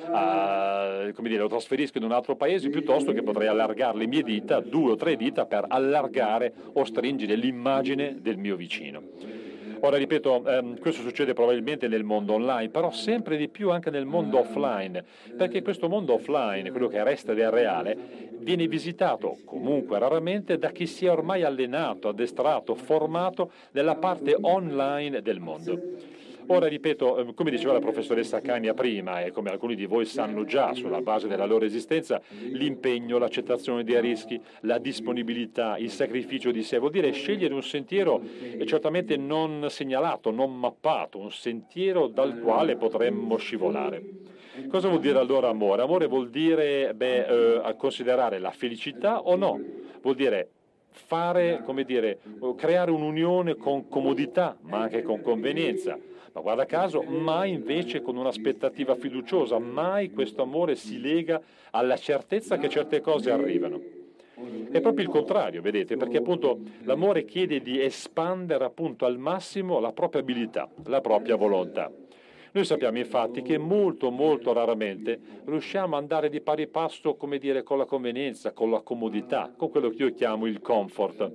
lo trasferisco in un altro paese, piuttosto che potrei allargare le mie dita, 2 o 3 dita, per allargare o stringere l'immagine del mio vicino. Ora ripeto, questo succede probabilmente nel mondo online, però sempre di più anche nel mondo offline, perché questo mondo offline, quello che resta del reale, viene visitato comunque raramente da chi si è ormai allenato, addestrato, formato nella parte online del mondo. Ora ripeto, come diceva la professoressa Cania prima e come alcuni di voi sanno già sulla base della loro esistenza, l'impegno, l'accettazione dei rischi, la disponibilità, il sacrificio di sé, vuol dire scegliere un sentiero certamente non segnalato, non mappato, un sentiero dal quale potremmo scivolare. Cosa vuol dire allora amore? Amore vuol dire considerare la felicità o no, vuol dire fare, creare un'unione con comodità, ma anche con convenienza. Ma guarda caso, mai invece con un'aspettativa fiduciosa, mai questo amore si lega alla certezza che certe cose arrivano. È proprio il contrario, vedete, perché appunto l'amore chiede di espandere appunto al massimo la propria abilità, la propria volontà. Noi sappiamo infatti che molto raramente riusciamo ad andare di pari passo, con la convenienza, con la comodità, con quello che io chiamo il comfort.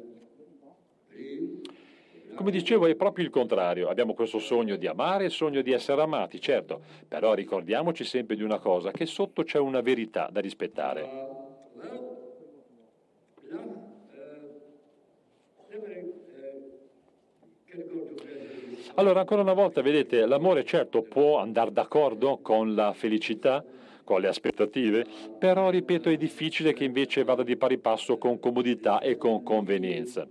Come dicevo, è proprio il contrario. Abbiamo questo sogno di amare, il sogno di essere amati, certo, però ricordiamoci sempre di una cosa, che sotto c'è una verità da rispettare. Allora, ancora una volta, vedete, l'amore certo può andare d'accordo con la felicità, con le aspettative, però, ripeto, è difficile che invece vada di pari passo con comodità e con convenienza.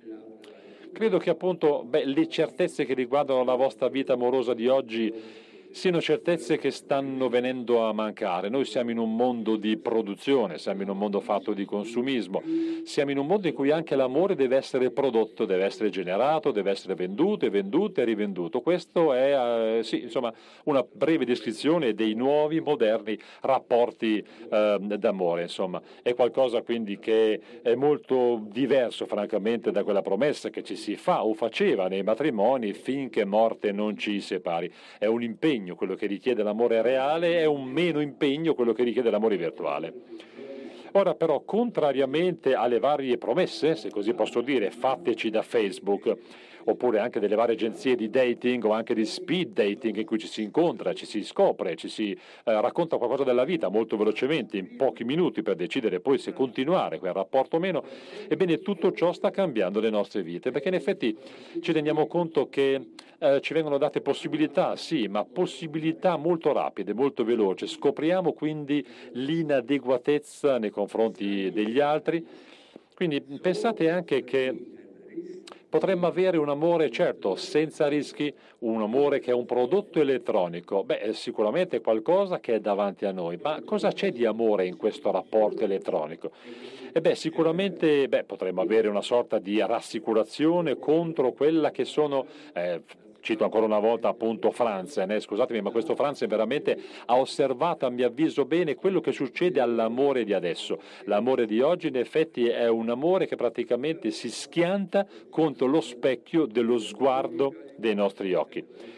Credo che appunto le certezze che riguardano la vostra vita amorosa di oggi siano certezze che stanno venendo a mancare. Noi siamo in un mondo di produzione, siamo in un mondo fatto di consumismo, siamo in un mondo in cui anche l'amore deve essere prodotto, deve essere generato, deve essere venduto e rivenduto. Questo è una breve descrizione dei nuovi, moderni rapporti d'amore. Insomma, è qualcosa quindi che è molto diverso, francamente, da quella promessa che ci si fa o faceva nei matrimoni: finché morte non ci separi. È un impegno quello che richiede l'amore reale, è un meno impegno quello che richiede l'amore virtuale. Ora però, contrariamente alle varie promesse, se così posso dire, fatteci da Facebook, oppure anche delle varie agenzie di dating o anche di speed dating in cui ci si incontra, ci si scopre, ci si racconta qualcosa della vita molto velocemente, in pochi minuti, per decidere poi se continuare quel rapporto o meno, ebbene tutto ciò sta cambiando le nostre vite, perché in effetti ci rendiamo conto che ci vengono date possibilità, sì, ma possibilità molto rapide, molto veloci. Scopriamo quindi l'inadeguatezza nei confronti degli altri. Quindi pensate anche che potremmo avere un amore, certo, senza rischi, un amore che è un prodotto elettronico. Beh, è sicuramente qualcosa che è davanti a noi, ma cosa c'è di amore in questo rapporto elettronico? E beh, sicuramente potremmo avere una sorta di rassicurazione contro quella che sono... Cito ancora una volta appunto Franzen, scusatemi, ma questo Franzen veramente ha osservato, a mio avviso, bene quello che succede all'amore di adesso. L'amore di oggi in effetti è un amore che praticamente si schianta contro lo specchio dello sguardo dei nostri occhi.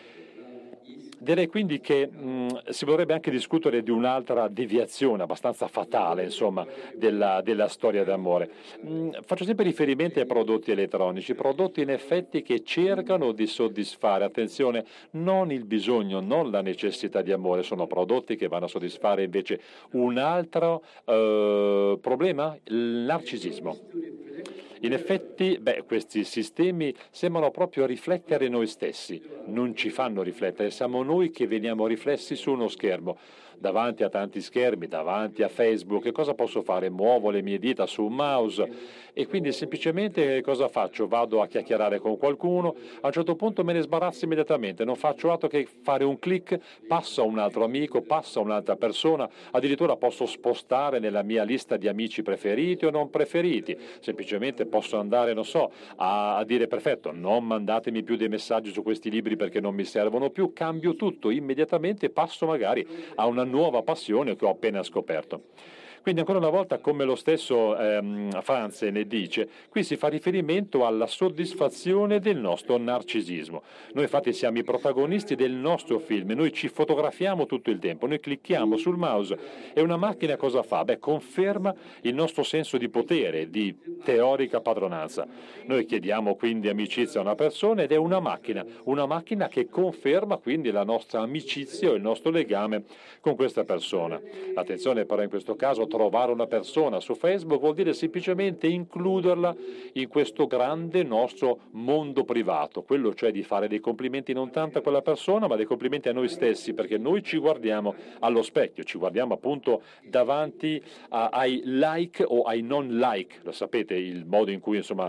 Direi quindi che si potrebbe anche discutere di un'altra deviazione abbastanza fatale, insomma, della storia d'amore. Faccio sempre riferimento ai prodotti elettronici, prodotti in effetti che cercano di soddisfare, attenzione, non il bisogno, non la necessità di amore, sono prodotti che vanno a soddisfare invece un altro problema, il narcisismo. In effetti, questi sistemi sembrano proprio riflettere noi stessi, non ci fanno riflettere, siamo noi che veniamo riflessi su uno schermo. Davanti a tanti schermi, davanti a Facebook, che cosa posso fare? Muovo le mie dita su un mouse e quindi semplicemente cosa faccio? Vado a chiacchierare con qualcuno, a un certo punto me ne sbarazzo immediatamente, non faccio altro che fare un click, passo a un altro amico, passo a un'altra persona, addirittura posso spostare nella mia lista di amici preferiti o non preferiti, semplicemente posso andare, non so, a dire perfetto, non mandatemi più dei messaggi su questi libri perché non mi servono più, cambio tutto immediatamente, passo magari a una nuova passione che ho appena scoperto. Quindi ancora una volta, come lo stesso Franzen ne dice, qui si fa riferimento alla soddisfazione del nostro narcisismo. Noi infatti siamo i protagonisti del nostro film, noi ci fotografiamo tutto il tempo, noi clicchiamo sul mouse e una macchina cosa fa? Conferma il nostro senso di potere, di teorica padronanza. Noi chiediamo quindi amicizia a una persona ed è una macchina che conferma quindi la nostra amicizia o il nostro legame con questa persona. Attenzione però in questo caso, trovare una persona su Facebook vuol dire semplicemente includerla in questo grande nostro mondo privato, quello cioè di fare dei complimenti non tanto a quella persona ma dei complimenti a noi stessi, perché noi ci guardiamo allo specchio, ci guardiamo appunto davanti ai like o ai non like, lo sapete il modo in cui insomma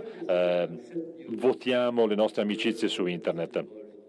votiamo le nostre amicizie su internet.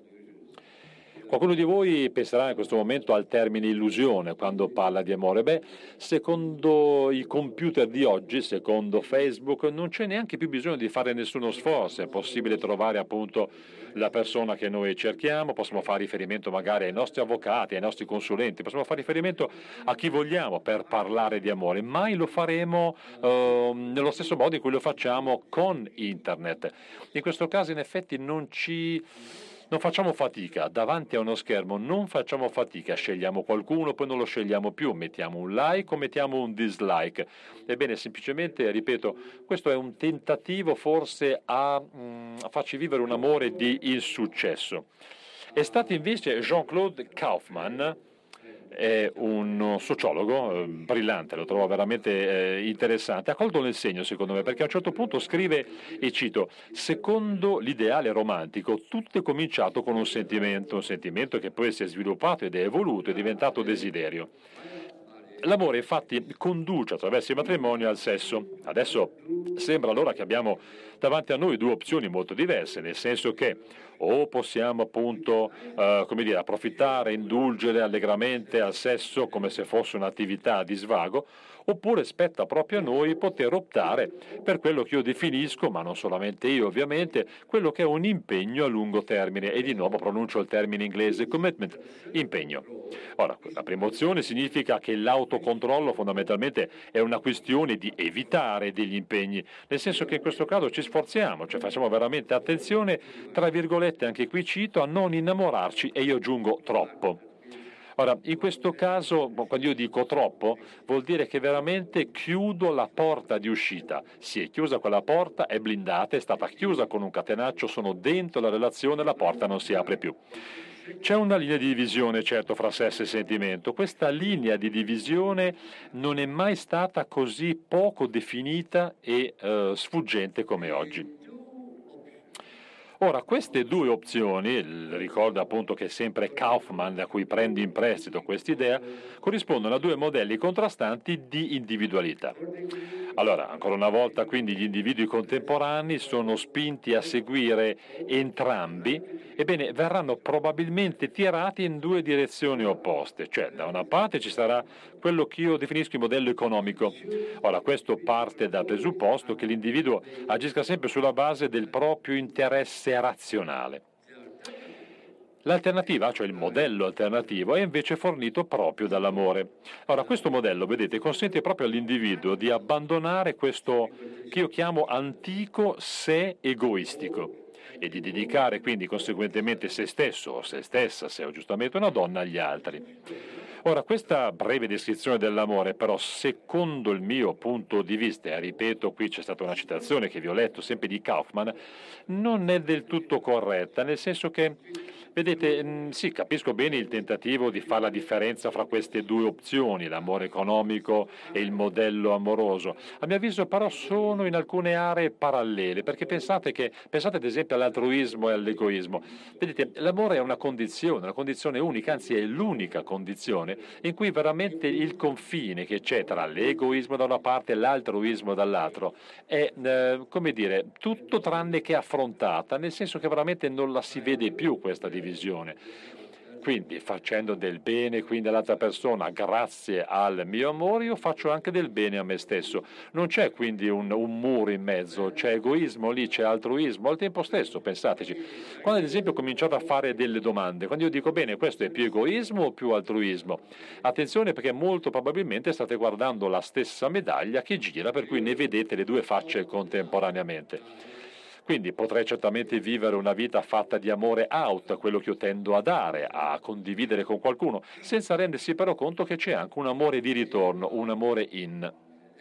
Qualcuno di voi penserà in questo momento al termine illusione quando parla di amore. Secondo i computer di oggi, secondo Facebook, non c'è neanche più bisogno di fare nessuno sforzo, è possibile trovare appunto la persona che noi cerchiamo, possiamo fare riferimento magari ai nostri avvocati, ai nostri consulenti, possiamo fare riferimento a chi vogliamo per parlare di amore, mai lo faremo nello stesso modo in cui lo facciamo con internet. In questo caso in effetti non facciamo fatica, davanti a uno schermo non facciamo fatica, scegliamo qualcuno, poi non lo scegliamo più, mettiamo un like o mettiamo un dislike. Ebbene, semplicemente, ripeto, questo è un tentativo forse a farci vivere un amore di insuccesso. È stato invece Jean-Claude Kaufmann, è un sociologo brillante, lo trovo veramente interessante, ha colto nel segno secondo me, perché a un certo punto scrive, e cito: secondo l'ideale romantico tutto è cominciato con un sentimento che poi si è sviluppato ed è evoluto, è diventato desiderio. L'amore infatti conduce attraverso il matrimonio al sesso. Adesso sembra allora che abbiamo davanti a noi due opzioni molto diverse, nel senso che o possiamo appunto approfittare, indulgere allegramente al sesso come se fosse un'attività di svago, oppure spetta proprio a noi poter optare per quello che io definisco, ma non solamente io ovviamente, quello che è un impegno a lungo termine, e di nuovo pronuncio il termine inglese commitment, impegno. Ora, la prima opzione significa che l'autocontrollo fondamentalmente è una questione di evitare degli impegni, nel senso che in questo caso ci sforziamo, cioè facciamo veramente attenzione, tra virgolette anche qui cito, a non innamorarci, e io aggiungo troppo. Ora, in questo caso, quando io dico troppo, vuol dire che veramente chiudo la porta di uscita. Si è chiusa quella porta, è blindata, è stata chiusa con un catenaccio, sono dentro la relazione, la porta non si apre più. C'è una linea di divisione, certo, fra sesso e sentimento. Questa linea di divisione non è mai stata così poco definita e sfuggente come oggi. Ora, queste due opzioni, ricordo appunto che è sempre Kaufman da cui prende in prestito quest'idea, corrispondono a due modelli contrastanti di individualità. Allora, ancora una volta, quindi gli individui contemporanei sono spinti a seguire entrambi, ebbene, verranno probabilmente tirati in due direzioni opposte, cioè da una parte ci sarà quello che io definisco il modello economico. Ora, questo parte dal presupposto che l'individuo agisca sempre sulla base del proprio interesse razionale. L'alternativa, cioè il modello alternativo, è invece fornito proprio dall'amore. Ora, questo modello, vedete, consente proprio all'individuo di abbandonare questo che io chiamo antico sé egoistico e di dedicare quindi conseguentemente se stesso o se stessa, se è giustamente una donna, agli altri. Ora, questa breve descrizione dell'amore, però, secondo il mio punto di vista, e ripeto, qui c'è stata una citazione che vi ho letto sempre di Kaufman, non è del tutto corretta, nel senso che, vedete, sì, capisco bene il tentativo di fare la differenza fra queste due opzioni, l'amore economico e il modello amoroso. A mio avviso, però, sono in alcune aree parallele, perché pensate ad esempio all'altruismo e all'egoismo. Vedete, l'amore è una condizione unica, anzi è l'unica condizione in cui veramente il confine che c'è tra l'egoismo da una parte e l'altruismo dall'altro è, tutto tranne che affrontata, nel senso che veramente non la si vede più questa divisione. Quindi facendo del bene quindi all'altra persona grazie al mio amore, io faccio anche del bene a me stesso. Non c'è quindi un muro in mezzo, c'è egoismo lì, c'è altruismo al tempo stesso, pensateci. Quando ad esempio ho cominciato a fare delle domande, quando io dico bene, questo è più egoismo o più altruismo? Attenzione, perché molto probabilmente state guardando la stessa medaglia che gira, per cui ne vedete le due facce contemporaneamente. Quindi potrei certamente vivere una vita fatta di amore out, quello che io tendo a dare, a condividere con qualcuno, senza rendersi però conto che c'è anche un amore di ritorno, un amore in.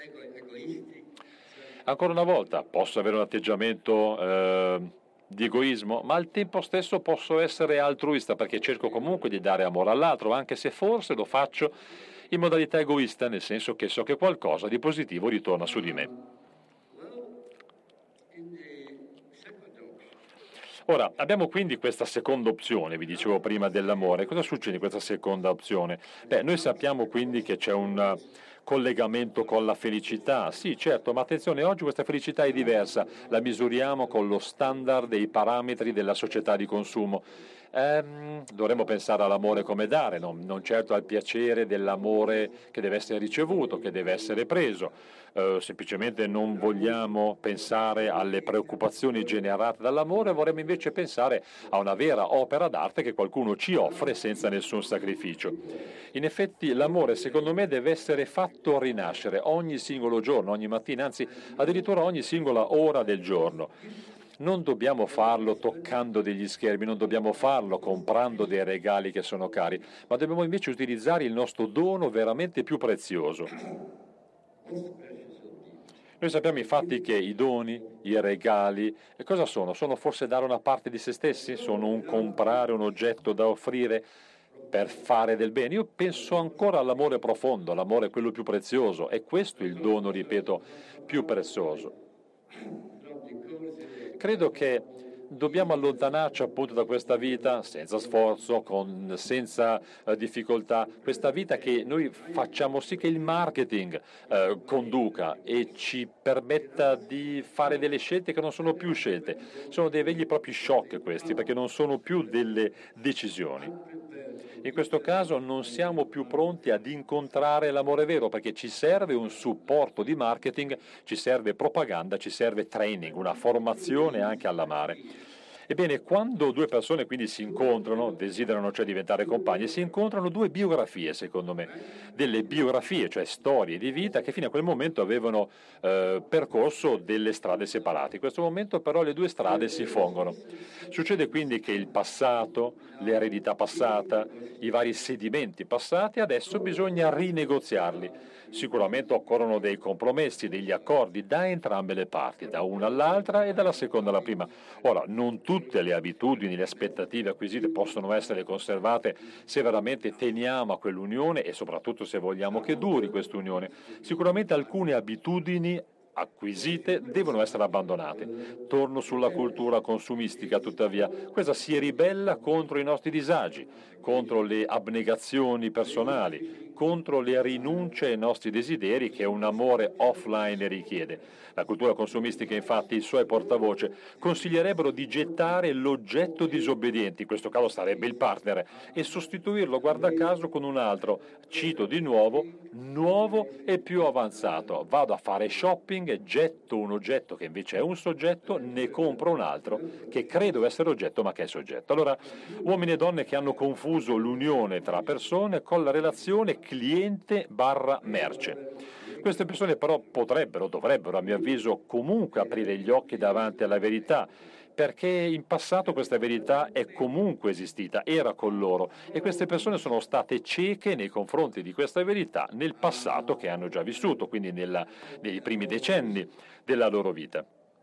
Ancora una volta, posso avere un atteggiamento di egoismo, ma al tempo stesso posso essere altruista, perché cerco comunque di dare amore all'altro, anche se forse lo faccio in modalità egoista, nel senso che so che qualcosa di positivo ritorna su di me. Ora, abbiamo quindi questa seconda opzione, vi dicevo prima, dell'amore. Cosa succede in questa seconda opzione? Noi sappiamo quindi che c'è un collegamento con la felicità. Sì, certo, ma attenzione, oggi questa felicità è diversa, la misuriamo con lo standard dei parametri della società di consumo. Dovremmo pensare all'amore come dare, non certo al piacere dell'amore che deve essere ricevuto, che deve essere preso. Semplicemente non vogliamo pensare alle preoccupazioni generate dall'amore, vorremmo invece pensare a una vera opera d'arte che qualcuno ci offre senza nessun sacrificio. In effetti l'amore, secondo me, deve essere fatto rinascere ogni singolo giorno, ogni mattina, anzi addirittura ogni singola ora del giorno. Non dobbiamo farlo toccando degli schermi, non dobbiamo farlo comprando dei regali che sono cari, ma dobbiamo invece utilizzare il nostro dono veramente più prezioso. Noi sappiamo infatti che i doni, i regali, cosa sono? Sono forse dare una parte di se stessi? Sono un comprare un oggetto da offrire per fare del bene? Io penso ancora all'amore profondo, l'amore è quello più prezioso, è questo il dono, ripeto, più prezioso. Credo che dobbiamo allontanarci appunto da questa vita senza sforzo, senza difficoltà, questa vita che noi facciamo sì che il marketing conduca e ci permetta di fare delle scelte che non sono più scelte, sono dei veri e propri shock questi, perché non sono più delle decisioni. In questo caso non siamo più pronti ad incontrare l'amore vero, perché ci serve un supporto di marketing, ci serve propaganda, ci serve training, una formazione anche all'amare. Ebbene, quando due persone quindi si incontrano, desiderano cioè diventare compagni, si incontrano due biografie, secondo me, delle biografie, cioè storie di vita che fino a quel momento avevano percorso delle strade separate. In questo momento però le due strade si fongono. Succede quindi che il passato, l'eredità passata, i vari sedimenti passati, adesso bisogna rinegoziarli. Sicuramente occorrono dei compromessi, degli accordi da entrambe le parti, da una all'altra e dalla seconda alla prima. Ora, non tutte le abitudini, le aspettative acquisite possono essere conservate se veramente teniamo a quell'unione e soprattutto se vogliamo che duri quest'unione. Sicuramente alcune abitudini acquisite devono essere abbandonate. Torno sulla cultura consumistica, tuttavia, questa si ribella contro i nostri disagi, contro le abnegazioni personali, contro le rinunce ai nostri desideri che un amore offline richiede. La cultura consumistica, infatti, i suoi portavoce consiglierebbero di gettare l'oggetto disobbediente, in questo caso sarebbe il partner, e sostituirlo, guarda caso, con un altro, cito di nuovo, nuovo e più avanzato. Vado a fare shopping, getto un oggetto che invece è un soggetto, ne compro un altro che credo essere oggetto ma che è soggetto. Allora, uomini e donne che hanno confuso l'unione tra persone con la relazione cliente/merce. Queste persone però dovrebbero, a mio avviso, comunque aprire gli occhi davanti alla verità, perché in passato questa verità è comunque esistita, era con loro, e queste persone sono state cieche nei confronti di questa verità nel passato che hanno già vissuto, quindi nei primi decenni della loro vita.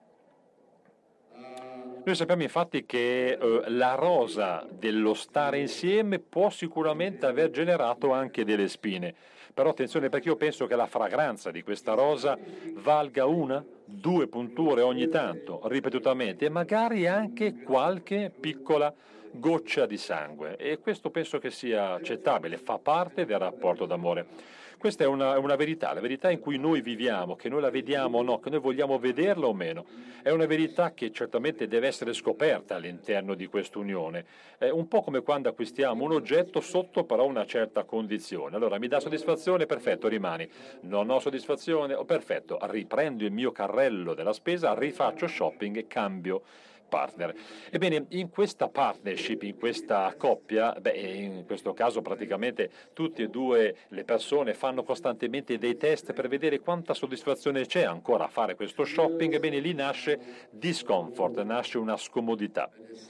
Noi sappiamo infatti che la rosa dello stare insieme può sicuramente aver generato anche delle spine, però attenzione, perché io penso che la fragranza di questa rosa valga una, due punture ogni tanto, ripetutamente, e magari anche qualche piccola goccia di sangue, e questo penso che sia accettabile, fa parte del rapporto d'amore. Questa è una verità, la verità in cui noi viviamo, che noi la vediamo o no, che noi vogliamo vederla o meno. È una verità che certamente deve essere scoperta all'interno di quest'unione. È un po' come quando acquistiamo un oggetto sotto però una certa condizione. Allora, mi dà soddisfazione? Perfetto, rimani. Non ho soddisfazione? Oh, perfetto, riprendo il mio carrello della spesa, rifaccio shopping e cambio partner. Ebbene, in questa partnership, in questa coppia, in questo caso praticamente tutte e due le persone fanno costantemente dei test per vedere quanta soddisfazione c'è ancora a fare questo shopping. Ebbene, lì nasce discomfort, nasce una scomodità.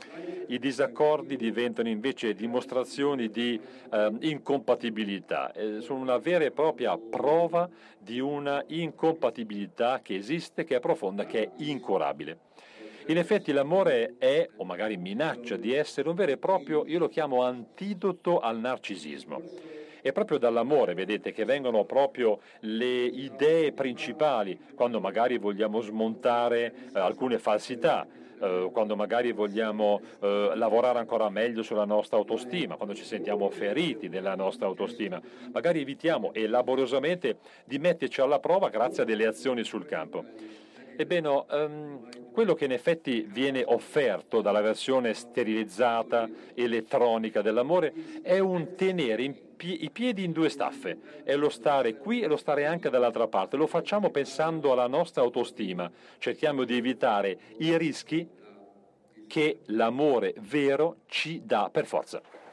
I disaccordi diventano invece dimostrazioni di incompatibilità, sono una vera e propria prova di una incompatibilità che esiste, che è profonda, che è incurabile. In effetti l'amore è, o magari minaccia di essere, un vero e proprio, io lo chiamo antidoto al narcisismo. È proprio dall'amore, vedete, che vengono proprio le idee principali, quando magari vogliamo smontare alcune falsità, quando magari vogliamo lavorare ancora meglio sulla nostra autostima, quando ci sentiamo feriti nella nostra autostima. Magari evitiamo laboriosamente di metterci alla prova grazie a delle azioni sul campo. Ebbene, quello che in effetti viene offerto dalla versione sterilizzata, elettronica dell'amore è un tenere i piedi in due staffe, è lo stare qui e lo stare anche dall'altra parte. Lo facciamo pensando alla nostra autostima, cerchiamo di evitare i rischi che l'amore vero ci dà per forza.